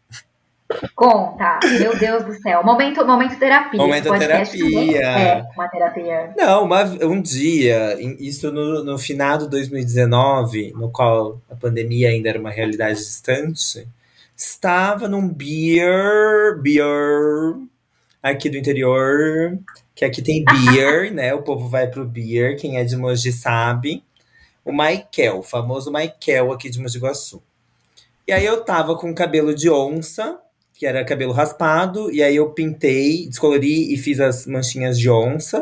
Conta. Meu Deus do céu. Momento, momento terapia. Esse Momento podcast também é terapia. uma terapia. Não, uma- um dia, em- isso no, no final de dois mil e dezenove, no qual a pandemia ainda era uma realidade distante, estava num beer, beer, aqui do interior, que aqui tem beer, né? O povo vai pro beer, quem é de Mogi sabe. O Michael, o famoso Michael aqui de Mogi Guaçu. E aí eu tava com cabelo de onça, que era cabelo raspado, e aí eu pintei, descolori e fiz as manchinhas de onça.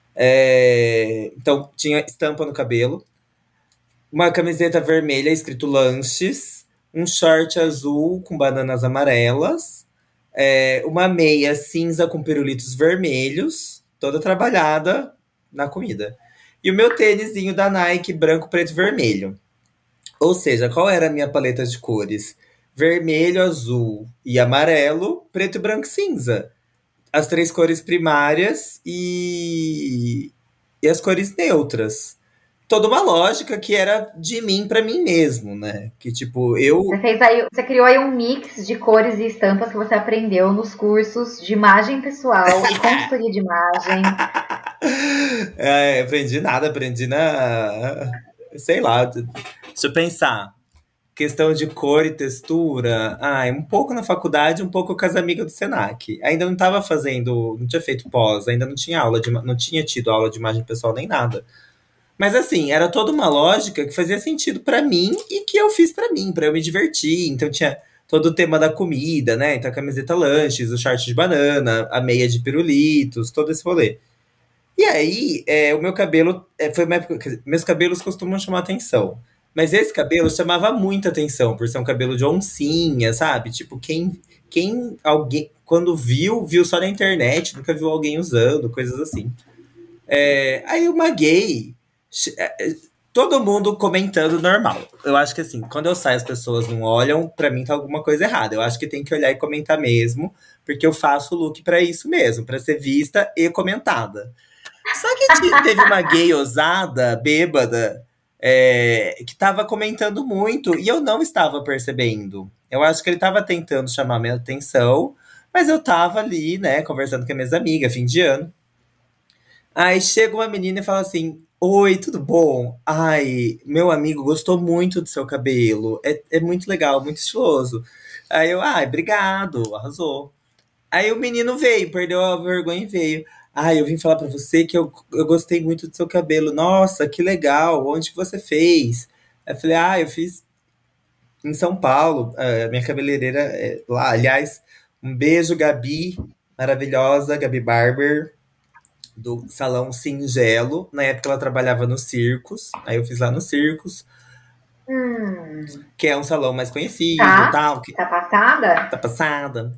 É, então tinha estampa no cabelo, uma camiseta vermelha escrito lanches, um short azul com bananas amarelas, é, uma meia cinza com pirulitos vermelhos, toda trabalhada na comida. E o meu tênisinho da Nike branco, preto e vermelho. Ou seja, qual era a minha paleta de cores? Vermelho, azul e amarelo, preto, branco e cinza. As três cores primárias e, e as cores neutras. Toda uma lógica que era de mim pra mim mesmo, né? Que tipo, Você eu. fez aí, você criou aí um mix de cores e estampas que você aprendeu nos cursos de imagem pessoal e consultoria de imagem. É, aprendi nada, aprendi na. Sei lá. Deixa eu pensar. Questão de cor e textura, ah, um pouco na faculdade, um pouco com as amigas do Senac. Ainda não estava fazendo, não tinha feito pós, ainda não tinha aula de, não tinha tido aula de imagem pessoal nem nada. Mas assim, era toda uma lógica que fazia sentido pra mim e que eu fiz pra mim, pra eu me divertir. Então tinha todo o tema da comida, né? Então a camiseta lanches, o short de banana, a meia de pirulitos, todo esse rolê. E aí, é, o meu cabelo, é, foi uma época, quer dizer, meus cabelos costumam chamar atenção. Mas esse cabelo chamava muita atenção, por ser um cabelo de oncinha, sabe? Tipo, quem, quem, alguém, quando viu, viu só na internet, nunca viu alguém usando, coisas assim. É, aí uma gay, é, é, todo mundo comentando normal. Eu acho que assim, quando eu saio as pessoas não olham, pra mim tá alguma coisa errada. Eu acho que tem que olhar e comentar mesmo, porque eu faço o look pra isso mesmo, pra ser vista e comentada. Só que ti- teve uma gay ousada, bêbada, é, que tava comentando muito e eu não estava percebendo. Eu acho que ele tava tentando chamar minha atenção, mas eu tava ali, né, conversando com as minhas amigas, fim de ano. Aí chega uma menina e fala assim: Oi, tudo bom? Ai, meu amigo gostou muito do seu cabelo. É, é muito legal, muito estiloso. Aí eu, ai, obrigado, arrasou. Aí o menino veio, perdeu a vergonha e veio. Ai, eu vim falar pra você que eu, eu gostei muito do seu cabelo. Nossa, que legal. Onde que você fez? Aí eu falei, ah, eu fiz em São Paulo. A minha cabeleireira é lá. Aliás, um beijo, Gabi, maravilhosa, Gabi Barber, do Salão Singelo. Na época ela trabalhava no Circos. Aí eu fiz lá no Circos, Hum, que é um salão mais conhecido, tá? tal, que Tá passada? tá passada.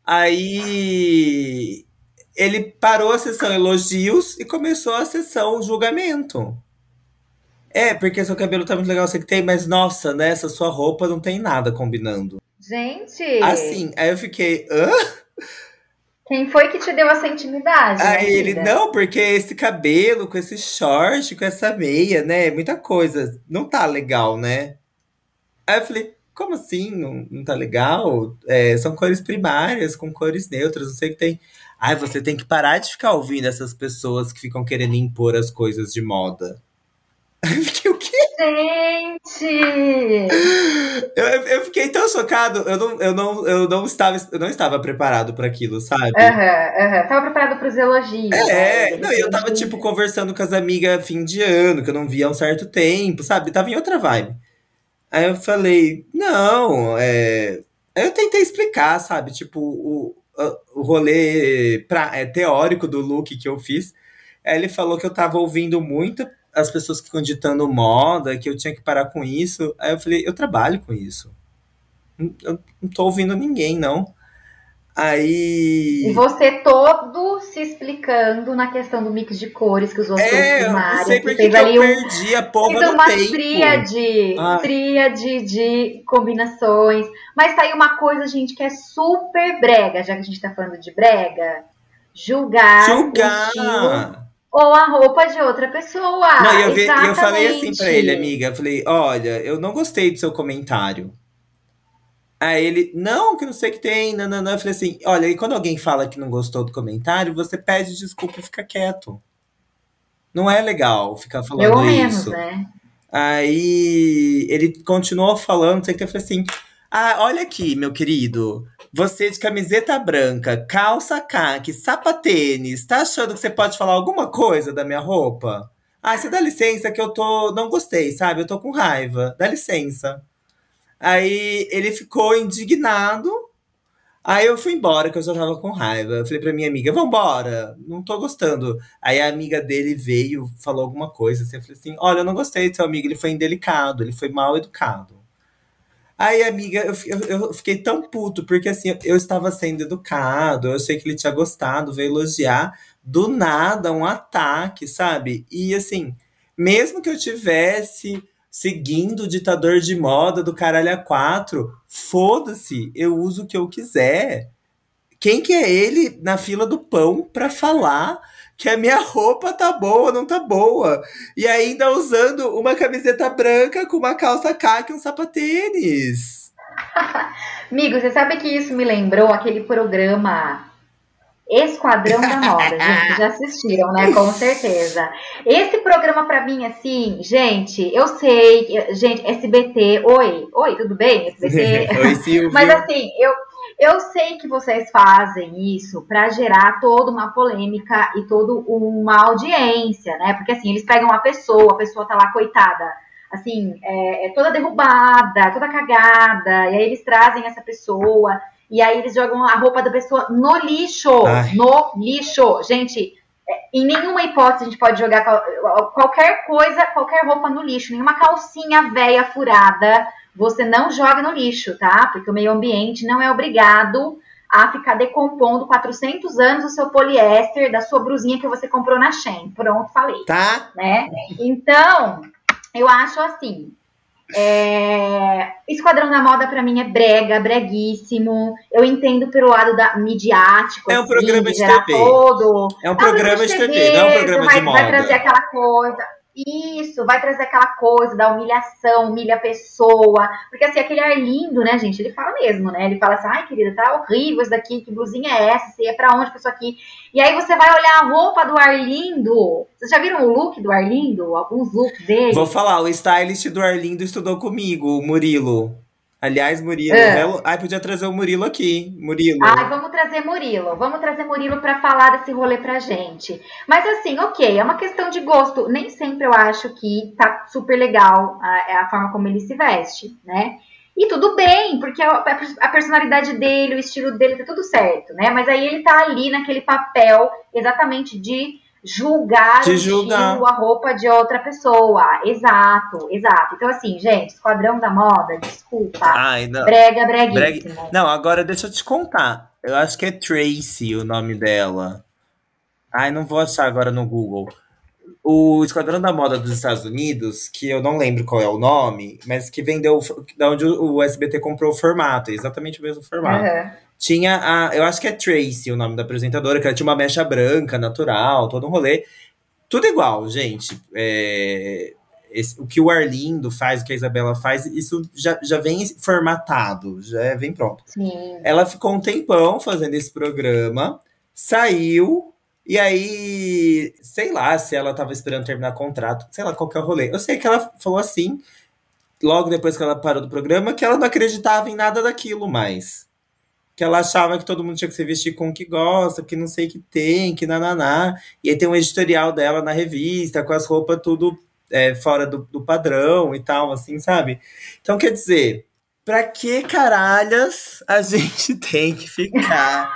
Aí ele parou a sessão elogios e começou a sessão julgamento. É, porque seu cabelo tá muito legal, você que tem, mas nossa, né? Essa sua roupa não tem nada combinando. Gente, Assim, aí eu fiquei, hã? quem foi que te deu essa intimidade, minha Aí ele, querida? não, porque esse cabelo, com esse short, com essa meia, né? Muita coisa. Não tá legal, né? Aí eu falei, como assim? Não, não tá legal? É, são cores primárias, com cores neutras, não sei o que tem. Ai, você tem que parar de ficar ouvindo essas pessoas que ficam querendo impor as coisas de moda. Eu fiquei, o quê? Gente! Eu, eu- eu fiquei tão chocado, eu não, eu não, eu não estava, eu não estava preparado para aquilo, sabe? Aham, aham. Tava preparado para os elogios, né? De É, não, e eu tava, repente. tipo, conversando com as amigas fim de ano, que eu não via há um certo tempo, sabe? Tava em outra vibe. Aí eu falei, não, é. Aí eu tentei explicar, sabe? Tipo, o, a- o rolê pra, é, teórico do look que eu fiz. Aí ele falou que eu tava ouvindo muito as pessoas que ficam ditando moda, que eu tinha que parar com isso. Aí eu falei, eu trabalho com isso. Não- Eu não tô ouvindo ninguém, não. E Aí. você todo se explicando na questão do mix de cores que usou as cores É, eu não sei primárias, que por que fez que eu ali um. perdi a Fez porra do uma tempo. tríade, Ai, tríade de combinações. Mas tá aí uma coisa, gente, que é super brega, já que a gente tá falando de brega. Julgar o estilo julgar! ou a roupa de outra pessoa. Não, e eu, vi- e eu falei assim pra ele, Exatamente. amiga, eu falei, olha, eu não gostei do seu comentário. Aí ele, não, que não sei o que tem, nananã. Eu falei assim, olha, e quando alguém fala que não gostou do comentário, você pede desculpa e fica quieto. Não é legal ficar falando Pelo menos, isso. né? Aí ele continuou falando, não sei o que, eu falei assim, ah, olha aqui, meu querido, você de camiseta branca, calça caqui, sapatênis, tá achando que você pode falar alguma coisa da minha roupa? Ah, você dá licença que eu tô, não gostei, sabe? Eu tô com raiva, dá licença. Aí ele ficou indignado. Aí eu fui embora, que eu já tava com raiva. Eu falei pra minha amiga, vambora, não tô gostando. Aí a amiga dele veio, falou alguma coisa, assim, eu falei assim, olha, eu não gostei do seu amigo, ele foi indelicado, ele foi mal educado. Aí, amiga, eu, fi- eu, eu fiquei tão puto, porque assim, eu estava sendo educado, eu achei que ele tinha gostado, veio elogiar, do nada, um ataque, sabe? E assim, mesmo que eu tivesse seguindo o ditador de moda do caralho a quatro, foda-se, eu uso o que eu quiser. Quem que é ele na fila do pão pra falar que a minha roupa tá boa ou não tá boa? E ainda usando uma camiseta branca com uma calça caqui e um sapatênis. Amigo, você sabe que isso me lembrou aquele programa Esquadrão da Moda, gente, já assistiram, né? Com certeza. Esse programa pra mim, assim, gente, eu sei, gente, S B T, oi, oi, tudo bem, S B T? Oi, Mas Silvio. assim, eu eu sei que vocês fazem isso pra gerar toda uma polêmica e toda uma audiência, né? Porque assim, eles pegam uma pessoa, a pessoa tá lá, coitada, assim, é, é toda derrubada, toda cagada, e aí eles trazem essa pessoa e aí eles jogam a roupa da pessoa no lixo. Ai, No lixo. Gente, em nenhuma hipótese a gente pode jogar qualquer coisa, qualquer roupa no lixo. Nenhuma calcinha velha furada você não joga no lixo, tá? Porque o meio ambiente não é obrigado a ficar decompondo quatrocentos anos o seu poliéster da sua brusinha que você comprou na Shein. Pronto, falei, tá? né? Então, eu acho assim, É... Esquadrão da Moda pra mim é brega, breguíssimo. Eu entendo pelo lado da midiático, É um assim, programa de de gerar T V. todo. É um É um programa programa de de T V, não é um T V, programa de vai, vai trazer moda. aquela coisa. Isso, vai trazer aquela coisa da humilhação, humilha a pessoa. Porque assim, aquele Arlindo, né, gente? Ele fala mesmo, né? Ele fala assim, ai, querida, tá horrível isso daqui, que blusinha é essa? Você ia pra onde com isso aqui? E aí você vai olhar a roupa do Arlindo. Vocês já viram o look do Arlindo? Alguns looks Vou dele? falar, o stylist do Arlindo estudou comigo, o Murilo. Aliás, Murilo, Ah. hello... ai, podia trazer o Murilo aqui. Ai, Murilo. vamos trazer Murilo. Vamos trazer Murilo para falar desse rolê pra gente. Mas assim, ok, é uma questão de gosto. Nem sempre eu acho que tá super legal a, a forma como ele se veste, né? E tudo bem, porque a, a personalidade dele, o estilo dele, tá tudo certo, né? Mas aí ele tá ali naquele papel exatamente de julgar Te o estilo, julgar. a roupa de outra pessoa. Exato, exato. Então, assim, gente, Esquadrão da Moda, desculpa. Ai, não. Brega, Breg... breguíssimo. Não, agora deixa eu te contar. Eu acho que é Tracy o nome dela. Ai, não vou achar agora no Google. O Esquadrão da Moda dos Estados Unidos, que eu não lembro qual é o nome, mas que vendeu da onde o S B T comprou o formato, é exatamente o mesmo formato. Aham. Tinha a, eu acho que é Tracy o nome da apresentadora, que ela tinha uma mecha branca, natural, todo um rolê. Tudo igual, gente. É, esse- o que o Arlindo faz, o que a Isabela faz, isso já, já vem formatado, já vem pronto. Sim. Ela ficou um tempão fazendo esse programa, saiu, e aí, sei lá, se ela tava esperando terminar contrato, sei lá qual que é o rolê. Eu sei que ela falou assim, logo depois que ela parou do programa, que ela não acreditava em nada daquilo mais. Que ela achava que todo mundo tinha que se vestir com o que gosta, que não sei o que tem, que nananá. E aí tem um editorial dela na revista, com as roupas tudo é, fora do, do padrão e tal, assim, sabe? Então, quer dizer, pra que caralhas a gente tem que ficar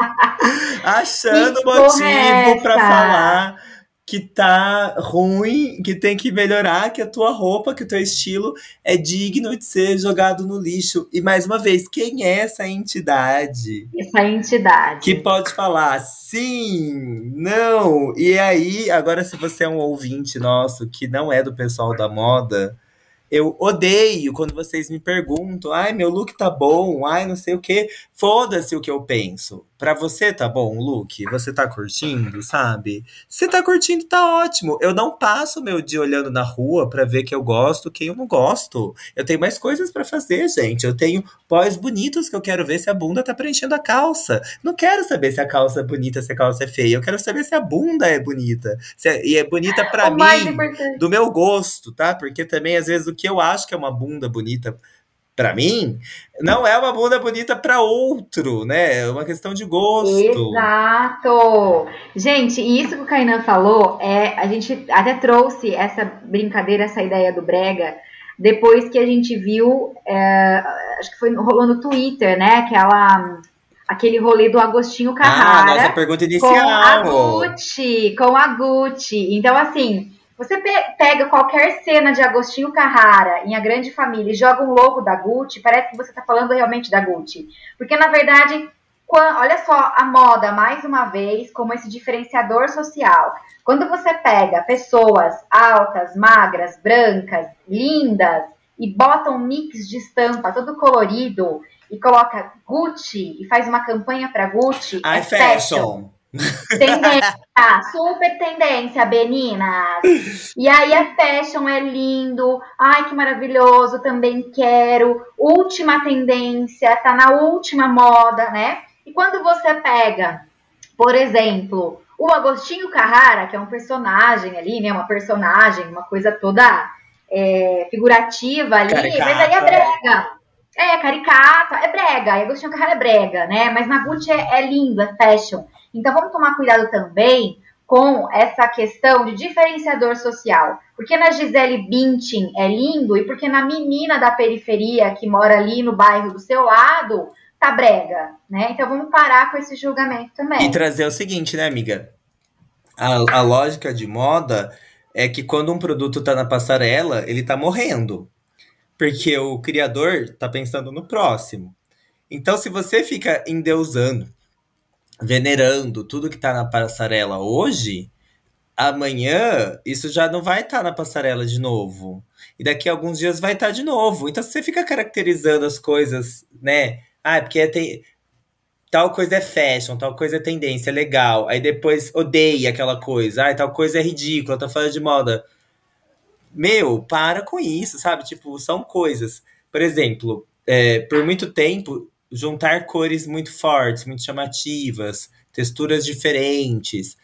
achando Que porra é motivo pra essa? falar que tá ruim, que tem que melhorar, que a tua roupa, que o teu estilo é digno de ser jogado no lixo. E mais uma vez, quem é essa entidade Essa que entidade. pode falar sim, não? E aí, agora se você é um ouvinte nosso que não é do pessoal da moda, eu odeio quando vocês me perguntam, ai, meu look tá bom, ai, não sei o quê. Foda-se o que eu penso. Pra você tá bom o look? Você tá curtindo, sabe? Se tá curtindo, tá ótimo. Eu não passo meu dia olhando na rua pra ver que eu gosto, quem eu não gosto. Eu tenho mais coisas pra fazer, gente. Eu tenho pós bonitos que eu quero ver se a bunda tá preenchendo a calça. Não quero saber se a calça é bonita, se a calça é feia. Eu quero saber se a bunda é bonita. Se é- e é bonita pra O mais mim, importante. do meu gosto, tá? Porque também, às vezes, o que eu acho que é uma bunda bonita pra mim, não é uma bunda bonita pra outro, né? É uma questão de gosto. Exato! Gente, e isso que o Kainan falou, é, a gente até trouxe essa brincadeira, essa ideia do brega, depois que a gente viu, é, acho que foi rolou no Twitter, né? Aquela, aquele rolê do Agostinho Ah, a nossa Carrara pergunta com a inicial. Gucci, com a Gucci. Então, assim, você pe- pega qualquer cena de Agostinho Carrara em A Grande Família e joga um logo da Gucci, parece que você está falando realmente da Gucci. Porque, na verdade, quan- olha só a moda, mais uma vez, como esse diferenciador social. Quando você pega pessoas altas, magras, brancas, lindas, e bota um mix de estampa todo colorido, e coloca Gucci, e faz uma campanha para Gucci, Ai, é fashion. fashion. Tendência, super tendência, meninas. E aí a fashion é lindo, ai que maravilhoso, também quero. Última tendência, tá na última moda, né? E quando você pega, por exemplo, o Agostinho Carrara, que é um personagem ali, né? Uma personagem, uma coisa toda é, figurativa ali, mas aí é Caricata. brega. É, caricata, é brega. E Agostinho Carrara é brega, né? Mas na Gucci é, é lindo, é fashion. Então vamos tomar cuidado também com essa questão de diferenciador social. Porque na Gisele Bündchen é lindo e porque na menina da periferia que mora ali no bairro do seu lado tá brega, né? Então vamos parar com esse julgamento E também. trazer o seguinte, né, amiga? A, a lógica de moda é que quando um produto tá na passarela, ele tá morrendo. Porque o criador tá pensando no próximo. Então, se você fica endeusando, venerando tudo que tá na passarela hoje, amanhã isso já não vai estar na passarela de novo. E daqui a alguns dias vai estar de novo. Então, se você fica caracterizando as coisas, né? Ah, porque tem, tal coisa é fashion, tal coisa é tendência, é legal. Aí depois odeia aquela coisa. Ah, tal coisa é ridícula, tá fora de moda. Meu, para com isso, sabe? Tipo, são coisas. Por exemplo, é, por muito tempo, juntar cores muito fortes, muito chamativas, texturas diferentes,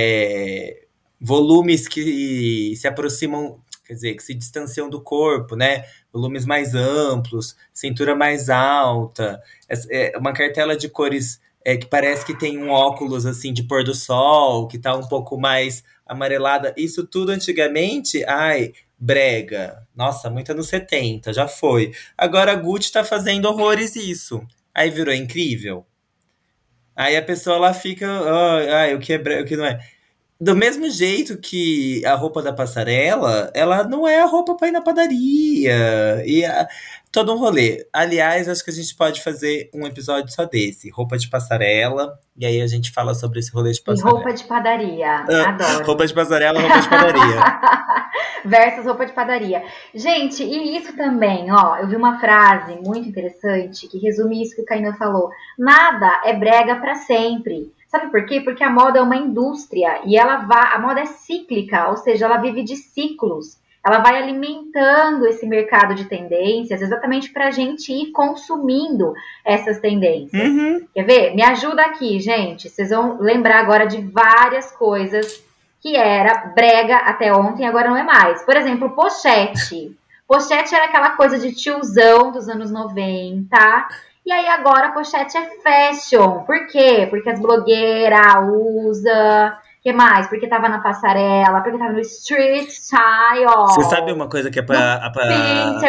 é, volumes que se aproximam, quer dizer, que se distanciam do corpo, né? Volumes mais amplos, cintura mais alta, é, é uma cartela de cores é, que parece que tem um óculos assim de pôr do sol, que tá um pouco mais amarelada. Isso tudo antigamente, ai, brega. Nossa, muito anos setenta, já foi. Agora a Gucci tá fazendo horrores isso. Aí virou incrível. Aí a pessoa lá fica, ai, ai, o que é brega, o que não é. Do mesmo jeito que a roupa da passarela, ela não é a roupa pra ir na padaria. E a- todo um rolê. Aliás, acho que a gente pode fazer um episódio só desse, roupa de passarela. E aí a gente fala sobre esse rolê de E passarela. roupa de padaria, Ah, roupa adoro. de passarela, roupa de padaria. Versus roupa de padaria. Gente, e isso também, ó, eu vi uma frase muito interessante que resume isso que o Kainan falou. Nada é brega para sempre. Sabe por quê? Porque a moda é uma indústria e ela vai, a moda é cíclica, ou seja, ela vive de ciclos. Ela vai alimentando esse mercado de tendências exatamente para a gente ir consumindo essas tendências. Uhum. Quer ver? Me ajuda aqui, gente. Vocês vão lembrar agora de várias coisas que era brega até ontem, agora não é mais. Por exemplo, pochete. Pochete era aquela coisa de tiozão dos anos noventa. E aí agora pochete é fashion. Por quê? Porque as blogueiras usam. O que mais? Porque tava na passarela, porque tava no street Você sabe style, uma coisa que a, no Pa- a, Pa-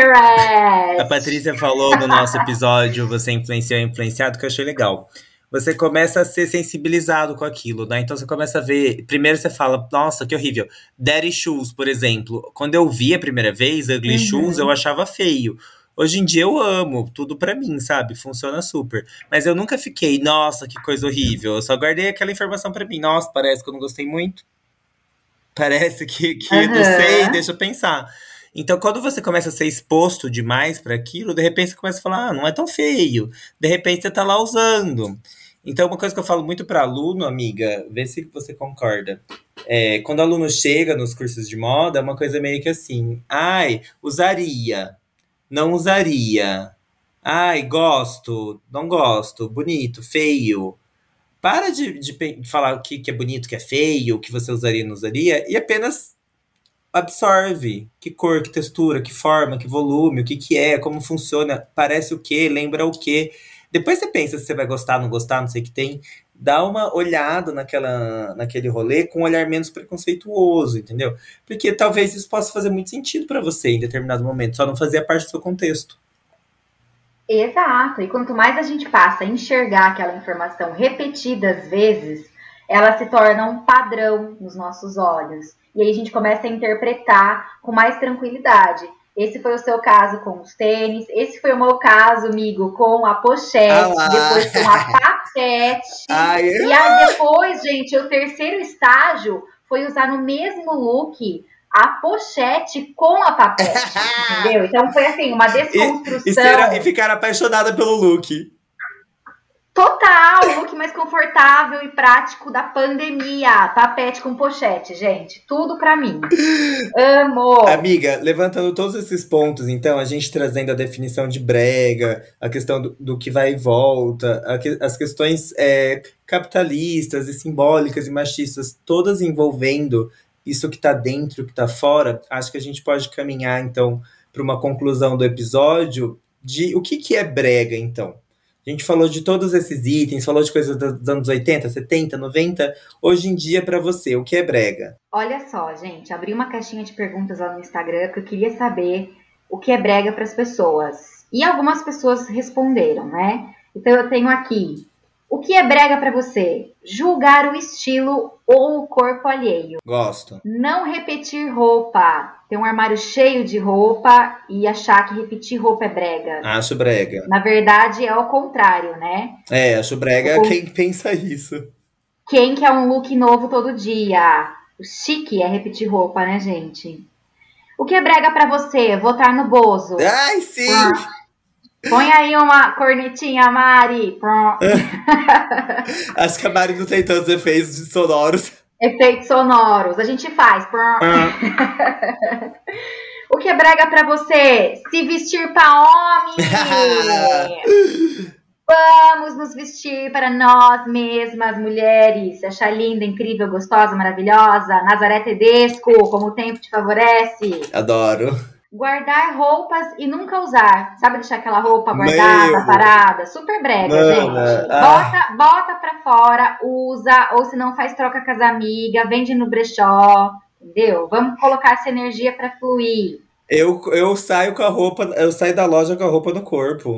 a Pinterest. Patrícia falou no nosso episódio Você Influenciou Influenciado, que eu achei legal. Você começa a ser sensibilizado com aquilo, né? Então você começa a ver. Primeiro você fala, nossa, que horrível. Daddy Shoes, por exemplo. Quando eu vi a primeira vez, Ugly Shoes, eu Uhum. achava feio. Hoje em dia eu amo, tudo pra mim, sabe? Funciona super. Mas eu nunca fiquei, nossa, que coisa horrível. Eu só guardei aquela informação pra mim. Nossa, parece que eu não gostei muito. Parece que, que não sei, Aham. deixa eu pensar. Então, quando você começa a ser exposto demais para aquilo, de repente você começa a falar, ah, não é tão feio. De repente você tá lá usando. Então, uma coisa que eu falo muito para aluno, amiga, vê se você concorda. É, quando o aluno chega nos cursos de moda, é uma coisa meio que assim, ai, usaria, não usaria. Ai, gosto, não gosto, bonito, feio. Para de, de pe- de falar o que, que é bonito, o que é feio, o que você usaria e não usaria, e apenas absorve. Que cor, que textura, que forma, que volume, o que, que é, como funciona, parece o quê, lembra o quê. Depois você pensa se você vai gostar, não gostar, não sei o que tem. Dá uma olhada naquela, naquele rolê com um olhar menos preconceituoso, entendeu? Porque talvez isso possa fazer muito sentido para você em determinado momento, só não fazia parte do seu contexto. Exato. E quanto mais a gente passa a enxergar aquela informação repetidas vezes, ela se torna um padrão nos nossos olhos. E aí a gente começa a interpretar com mais tranquilidade. Esse foi o seu caso com os tênis, esse foi o meu caso, amigo, com a Ah pochete, lá! depois com a papete. Ai, E aí depois, gente, o terceiro estágio foi usar no mesmo look a pochete com a papete, entendeu? Então foi assim, uma e, e, ser, e desconstrução ficar apaixonada pelo look. total, o look mais confortável e prático da pandemia. Papete com pochete, gente. Tudo pra mim. Amo! Amiga, levantando todos esses pontos, então, a gente trazendo a definição de brega, a questão do, do que vai e volta, a que- as questões é, capitalistas e simbólicas e machistas, todas envolvendo isso que tá dentro, o que tá fora, acho que a gente pode caminhar, então, para uma conclusão do episódio de o que que é brega, então. A gente falou de todos esses itens, falou de coisas dos anos oitenta, setenta, noventa. Hoje em dia, para você, o que é brega? Olha só, gente, abri uma caixinha de perguntas lá no Instagram porque eu queria saber o que é brega para as pessoas. E algumas pessoas responderam, né? Então eu tenho aqui. O que é brega para você? Julgar o estilo ou o corpo alheio. Gosto. Não repetir roupa. Ter um armário cheio de roupa e achar que repetir roupa é brega. Acho brega. Na verdade, é ao contrário, né? É, acho brega O- quem pensa isso. Quem quer um look novo todo dia? O chique é repetir roupa, né, gente? O que é brega pra você? Votar no Bozo. Ai, sim! Põe aí uma cornetinha, Mari. Acho que a Mari não tem tantos efeitos sonoros. Efeitos sonoros. A gente faz. Ah. O que é brega pra você? Se vestir pra homem. Vamos nos vestir para nós mesmas, mulheres. Se achar linda, incrível, gostosa, maravilhosa. Nazaré Tedesco, como o tempo te favorece. Adoro. Guardar roupas e nunca usar. Sabe deixar aquela roupa guardada, Meu. parada? Super brega, Mana. gente. Ah. Bota, bota pra fora, usa, ou se não faz troca com as amigas, vende no brechó, entendeu? Vamos colocar essa energia pra fluir. Eu, eu saio com a roupa, eu saio da loja com a roupa no corpo.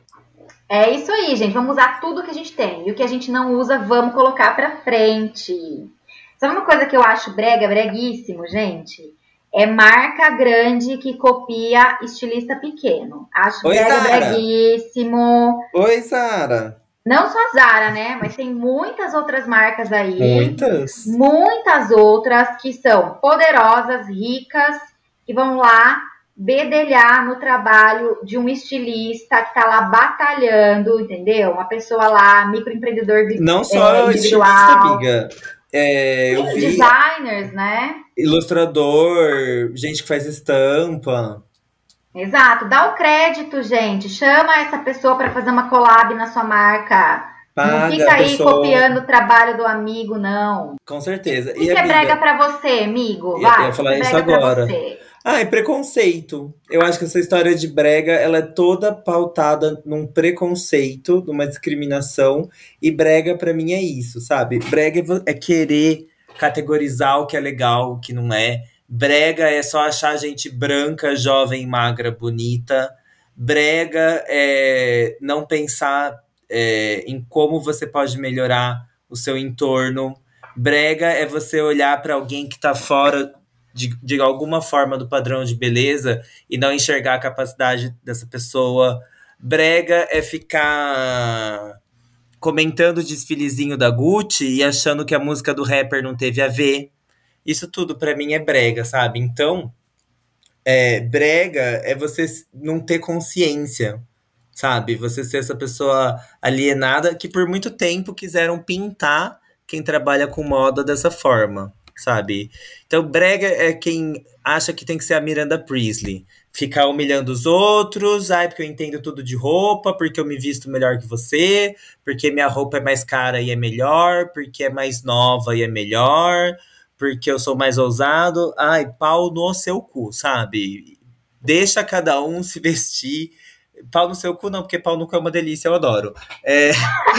É isso aí, gente. Vamos usar tudo que a gente tem. E o que a gente não usa, vamos colocar pra frente. Sabe uma coisa que eu acho brega, breguíssimo, gente? É marca grande que copia estilista pequeno. Acho Oi, brega, Zara. breguíssimo. Oi, Zara. Não só a Zara, né? Mas tem muitas outras marcas aí. Muitas? Muitas outras que são poderosas, ricas, que vão lá bedelhar no trabalho de um estilista que tá lá batalhando, entendeu? Uma pessoa lá, microempreendedor Não só é, individual. Estilista, amiga. É, eu vi designers, né? Ilustrador, gente que faz estampa. Exato. Dá o crédito, gente. Chama essa pessoa para fazer uma collab na sua marca. Paga, não fica aí pessoa... copiando o trabalho do amigo, não. Com certeza. O que, que é brega pra você, amigo? Vai, eu ia falar isso agora. Ah, é preconceito. Eu acho que essa história de brega, ela é toda pautada num preconceito, numa discriminação. E brega, pra mim, é isso, sabe? Brega é querer categorizar o que é legal, o que não é. Brega é só achar gente branca, jovem, magra, bonita. Brega é não pensar é, em como você pode melhorar o seu entorno. Brega é você olhar pra alguém que tá fora De, de alguma forma do padrão de beleza e não enxergar a capacidade dessa pessoa. Brega é ficar comentando o desfilezinho da Gucci e achando que a música do rapper não teve a ver. Isso tudo pra mim é brega, sabe? Então, é, brega é você não ter consciência, sabe? Você ser essa pessoa alienada que por muito tempo quiseram pintar quem trabalha com moda dessa forma, sabe? Então, brega é quem acha que tem que ser a Miranda Priestly. Ficar humilhando os outros, ai, porque eu entendo tudo de roupa, porque eu me visto melhor que você, porque minha roupa é mais cara e é melhor, porque é mais nova e é melhor, porque eu sou mais ousado. Ai, pau no seu cu, sabe? Deixa cada um se vestir. Pau no seu cu não, porque pau no cu é uma delícia, eu adoro. É...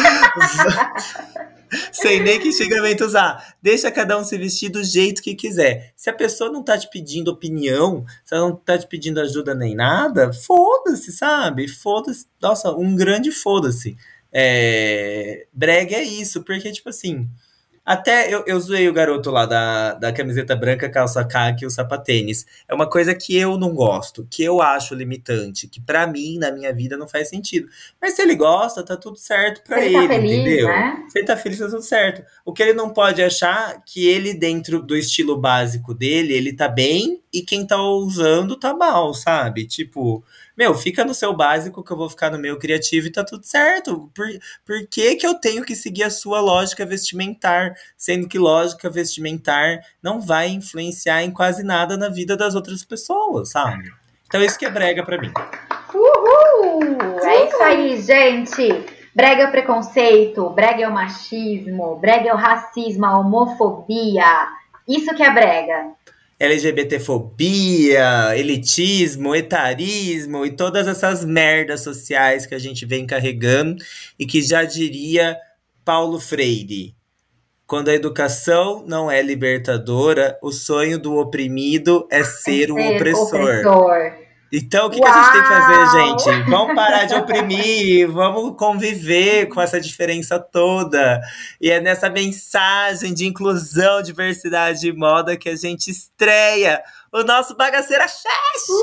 Sem nem que xingamento usar. Deixa cada um se vestir do jeito que quiser. Se a pessoa não tá te pedindo opinião, se ela não tá te pedindo ajuda nem nada, foda-se, sabe? Foda-se. Nossa, um grande foda-se. É... Brega é isso, porque, tipo assim... Até eu, eu zoei o garoto lá da, da camiseta branca, calça caque e o sapatênis. É uma coisa que eu não gosto, que eu acho limitante, que pra mim, na minha vida, não faz sentido. Mas se ele gosta, tá tudo certo pra ele, ele tá feliz, entendeu? Né? Se ele tá feliz, tá tudo certo. O que ele não pode achar que ele, dentro do estilo básico dele, ele tá bem e quem tá usando tá mal, sabe? Tipo... Meu, fica no seu básico que eu vou ficar no meu criativo e tá tudo certo. Por, por que que eu tenho que seguir a sua lógica vestimentar? Sendo que lógica vestimentar não vai influenciar em quase nada na vida das outras pessoas, sabe? Então isso que é brega pra mim. Uhul! É isso aí, gente! Brega é o preconceito, brega é o machismo, brega é o racismo, a homofobia. Isso que é brega. LGBTfobia, elitismo, etarismo e todas essas merdas sociais que a gente vem carregando e que já diria Paulo Freire. Quando a educação não é libertadora, o sonho do oprimido é ser, é o ser opressor. opressor. Então, o que, que a gente tem que fazer, gente? Vamos parar de oprimir, vamos conviver com essa diferença toda. E é nessa mensagem de inclusão, diversidade e moda que a gente estreia o nosso Bagaceira Fashion!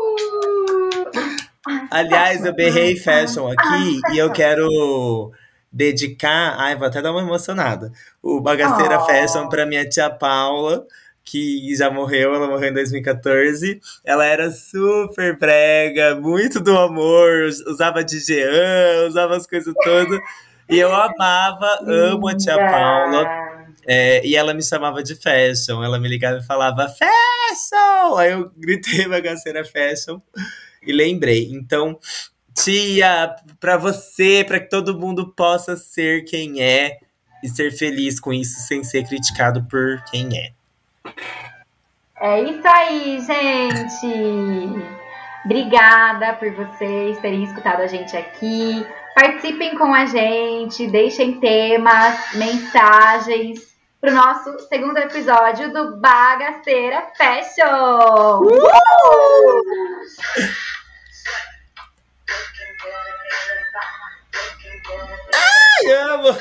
Aliás, eu berrei fashion aqui e eu quero dedicar, ai, vou até dar uma emocionada, o Bagaceira Oh. Fashion pra minha tia Paula, que já morreu, ela morreu em dois mil e quatorze. Ela era super brega, muito do amor, usava de Jean, usava as coisas todas. E eu amava, amo a tia Paula. Linda. É, e ela me chamava de Fashion. Ela me ligava e falava Fashion! Aí eu gritei Bagaceira Fashion e lembrei. Então, tia, pra você, pra que todo mundo possa ser quem é e ser feliz com isso sem ser criticado por quem é. É isso aí, gente! Obrigada por vocês terem escutado a gente aqui. Participem com a gente, deixem temas, mensagens para o nosso segundo episódio do Bagaceira Fashion! Uh! Ai, amo!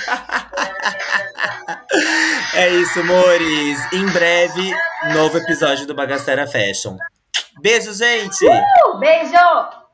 É isso, amores. Em breve, novo episódio do Bagaceira Fashion. Beijo, gente! Uh! Beijo!